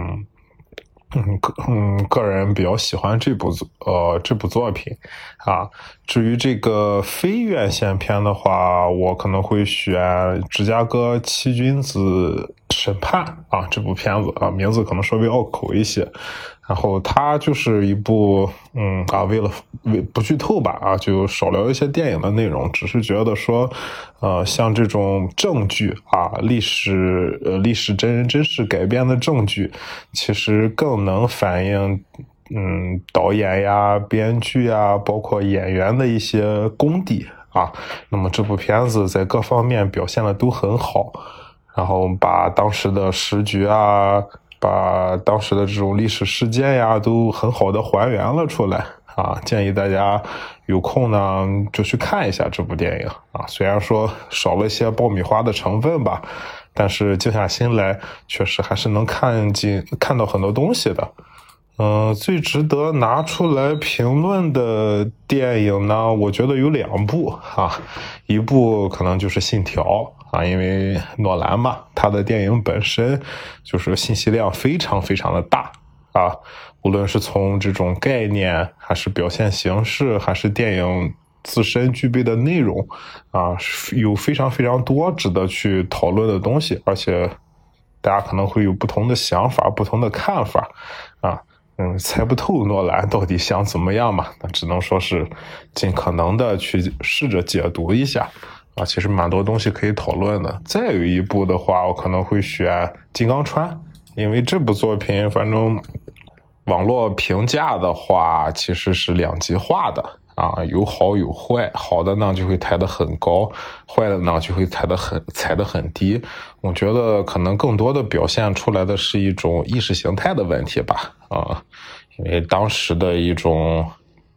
个人比较喜欢这部作品啊。至于这个非院线片的话，我可能会选《芝加哥七君子审判》啊，这部片子啊，名字可能稍微拗口一些。然后它就是一部为了不剧透吧啊，就少聊一些电影的内容，只是觉得说像这种证据啊，历史真人真事改编的证据，其实更能反映导演呀、编剧呀，包括演员的一些功底啊。那么这部片子在各方面表现的都很好，然后把当时的时局啊，把当时的这种历史事件呀都很好的还原了出来啊。建议大家有空呢就去看一下这部电影啊，虽然说少了一些爆米花的成分吧，但是静下心来确实还是能看到很多东西的。最值得拿出来评论的电影呢，我觉得有2部啊，一部可能就是《信条》啊，因为诺兰嘛，他的电影本身就是信息量非常非常的大啊，无论是从这种概念，还是表现形式，还是电影自身具备的内容啊，有非常非常多值得去讨论的东西，而且大家可能会有不同的想法，不同的看法啊。猜不透诺兰到底想怎么样嘛，那只能说是尽可能的去试着解读一下啊，其实蛮多东西可以讨论的。再有一部的话，我可能会选金刚川，因为这部作品反正网络评价的话其实是2极化的啊，有好有坏，好的呢就会抬得很高，坏的呢就会踩得很低。我觉得可能更多的表现出来的是一种意识形态的问题吧啊，因为当时的一种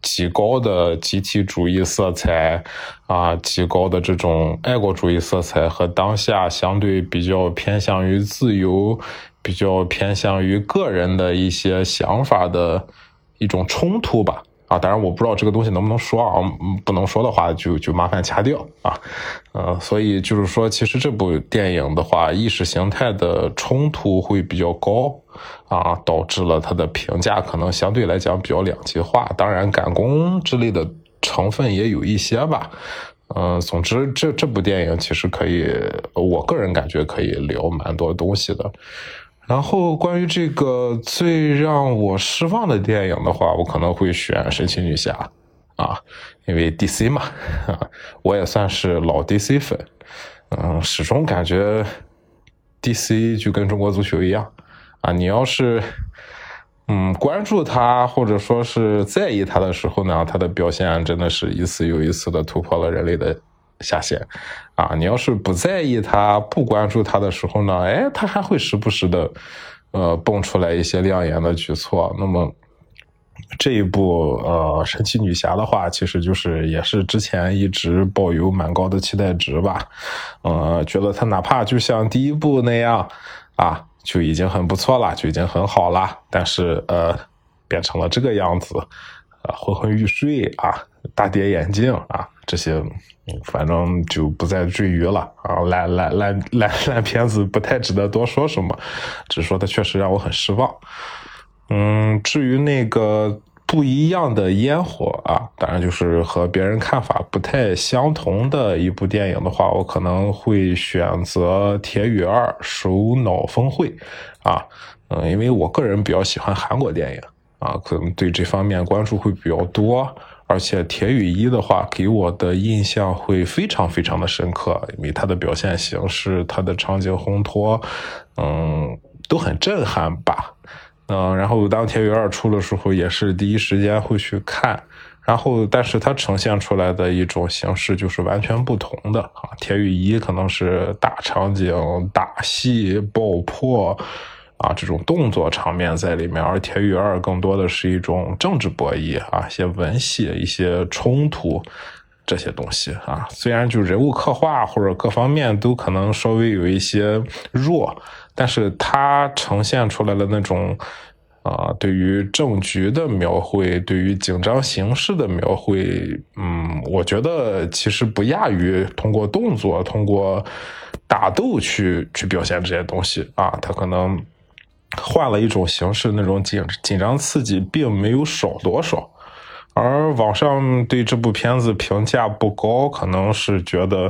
极高的集体主义色彩啊，极高的这种爱国主义色彩和当下相对比较偏向于自由、比较偏向于个人的一些想法的一种冲突吧。啊，当然我不知道这个东西能不能说啊，不能说的话就麻烦掐掉啊。所以就是说，其实这部电影的话，意识形态的冲突会比较高啊，导致了它的评价可能相对来讲比较两极化。当然，赶工之类的成分也有一些吧。总之这部电影其实可以，我个人感觉可以聊蛮多东西的。然后关于这个最让我失望的电影的话，我可能会选神奇女侠啊，因为 DC 嘛，我也算是老 DC 粉，始终感觉 DC 就跟中国足球一样啊，你要是关注他或者说是在意他的时候呢，他的表现真的是一次又一次的突破了人类的下限啊！你要是不在意他、不关注他的时候呢，他还会时不时的蹦出来一些亮眼的举措。那么这一部神奇女侠的话，其实就是也是之前一直抱有蛮高的期待值吧。觉得他哪怕就像第一部那样啊，就已经很不错了，就已经很好了。但是变成了这个样子，昏昏欲睡啊，大跌眼镜啊，这些反正就不再赘于了啊。烂片子不太值得多说什么，只是说它确实让我很失望。至于那个不一样的烟火啊，当然就是和别人看法不太相同的一部电影的话，我可能会选择《铁雨2：首脑峰会》啊，因为我个人比较喜欢韩国电影啊，可能对这方面关注会比较多。而且铁雨1的话给我的印象会非常非常的深刻，因为它的表现形式、它的场景烘托都很震撼吧。然后当铁雨2出的时候也是第一时间会去看，然后但是它呈现出来的一种形式就是完全不同的啊。铁雨1可能是大场景、打戏、爆破啊，这种动作场面在里面，而铁雨2更多的是一种政治博弈啊，一些文戏、一些冲突这些东西啊。虽然就人物刻画或者各方面都可能稍微有一些弱，但是它呈现出来的那种对于政局的描绘，对于紧张形势的描绘，我觉得其实不亚于通过动作、通过打斗去表现这些东西啊。它可能换了一种形式，那种紧张刺激并没有少多少。而网上对这部片子评价不高，可能是觉得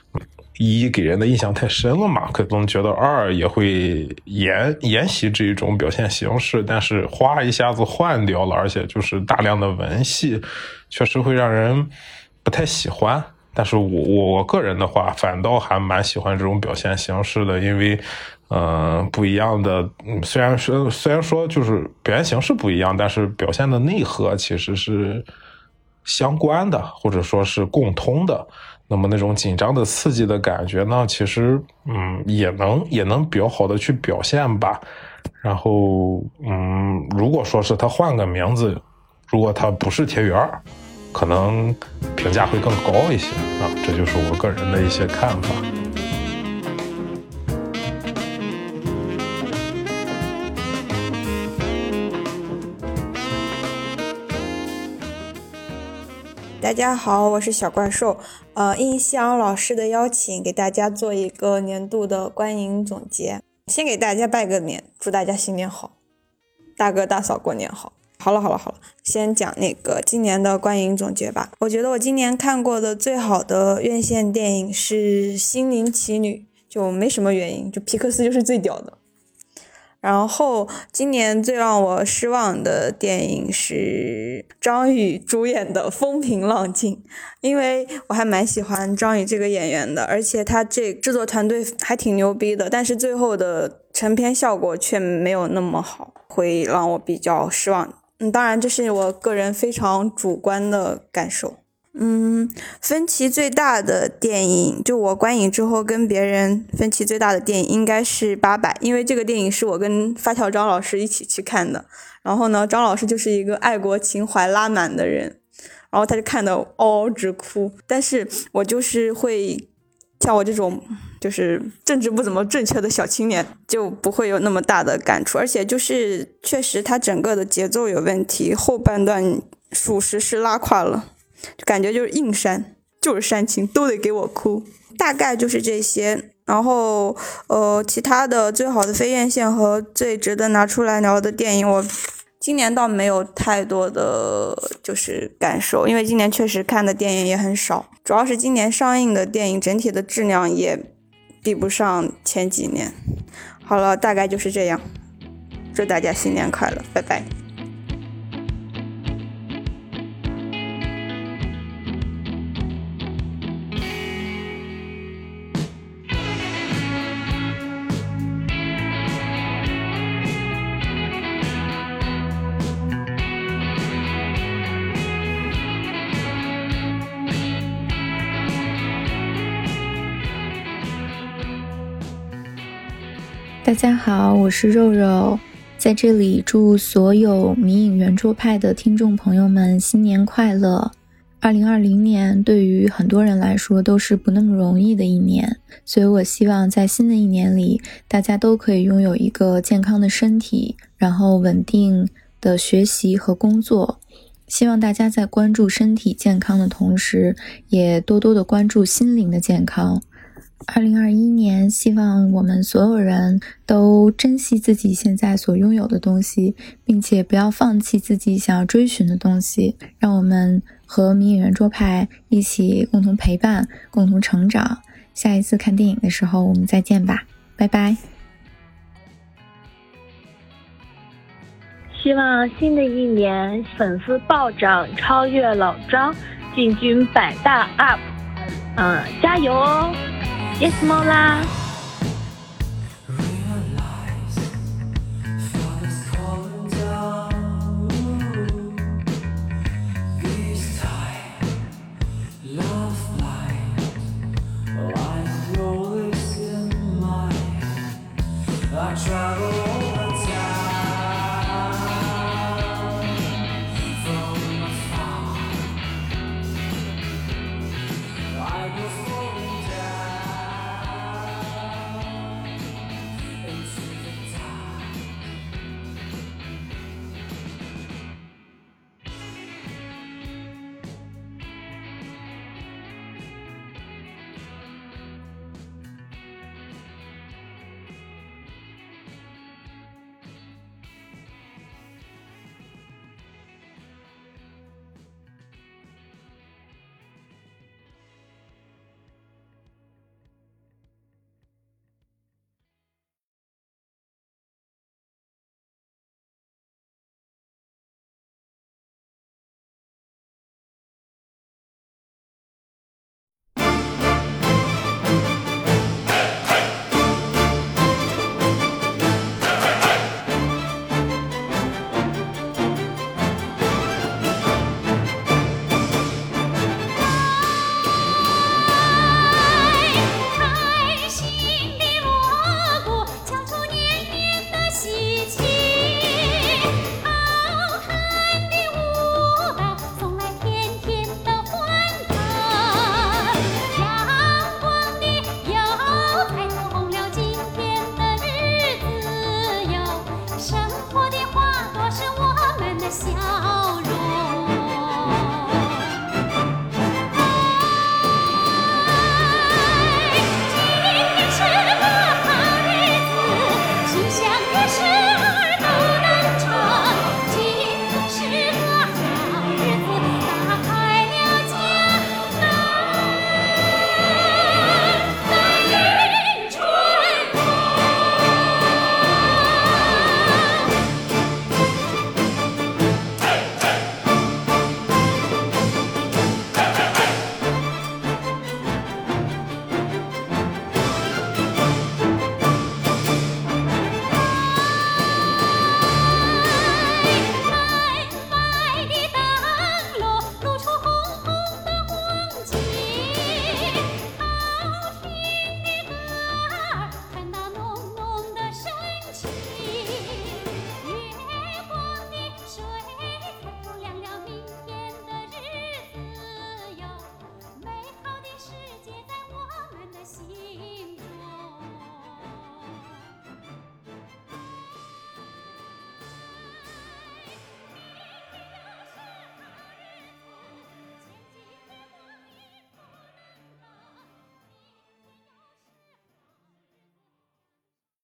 1给人的印象太深了嘛，可能觉得2也会沿袭这一种表现形式，但是哗一下子换掉了，而且就是大量的文戏，确实会让人不太喜欢。但是我个人的话，反倒还蛮喜欢这种表现形式的，因为不一样的，虽然说就是表现形式不一样，但是表现的内核其实是相关的，或者说是共通的。那么那种紧张的刺激的感觉呢，其实也能比较好的去表现吧。然后如果说是他换个名字，如果他不是铁雨2，可能评价会更高一些啊。这就是我个人的一些看法。 大家好，我是小怪兽。应夕阳老师的邀请，给大家做一个年度的观影总结。先给大家拜个年，祝大家新年好，大哥大嫂过年好。好了，先讲那个今年的观影总结吧。我觉得我今年看过的最好的院线电影是《心灵奇旅》，就没什么原因，就皮克斯就是最屌的。然后今年最让我失望的电影是张宇主演的《风平浪静》，因为我还蛮喜欢张宇这个演员的，而且他这制作团队还挺牛逼的，但是最后的成片效果却没有那么好，会让我比较失望。当然这是我个人非常主观的感受。分歧最大的电影，就我观影之后跟别人分歧最大的电影应该是800，因为这个电影是我跟发条张老师一起去看的。然后呢，张老师就是一个爱国情怀拉满的人， 然后他就看得嗷嗷直哭。但是我就是会像我这种就是政治不怎么正确的小青年就不会有那么大的感触，而且就是确实他整个的节奏有问题，后半段属实是拉垮了，就感觉就是硬煽，就是煽情，都得给我哭，大概就是这些。然后其他的最好的非院线和最值得拿出来聊的电影，我今年倒没有太多的就是感受，因为今年确实看的电影也很少，主要是今年上映的电影整体的质量也比不上前几年。好了，大概就是这样，祝大家新年快乐，拜拜。 大家好，我是肉肉，在这里祝所有迷影圆桌派的听众朋友们新年快乐。2020年对于很多人来说都是不那么容易的一年，所以我希望在新的一年里，大家都可以拥有一个健康的身体，然后稳定的学习和工作。希望大家在关注身体健康的同时，也多多的关注心灵的健康。2021年，希望我们所有人都珍惜自己现在所拥有的东西，并且不要放弃自己想要追寻的东西。让我们和迷影圆桌派一起共同陪伴，共同成长。下一次看电影的时候，我们再见吧，拜拜。 希望新的一年粉丝暴涨，超越老张，进军100大 UP。加油哦！ Yes 猫啦。 生活的花朵是我们的笑。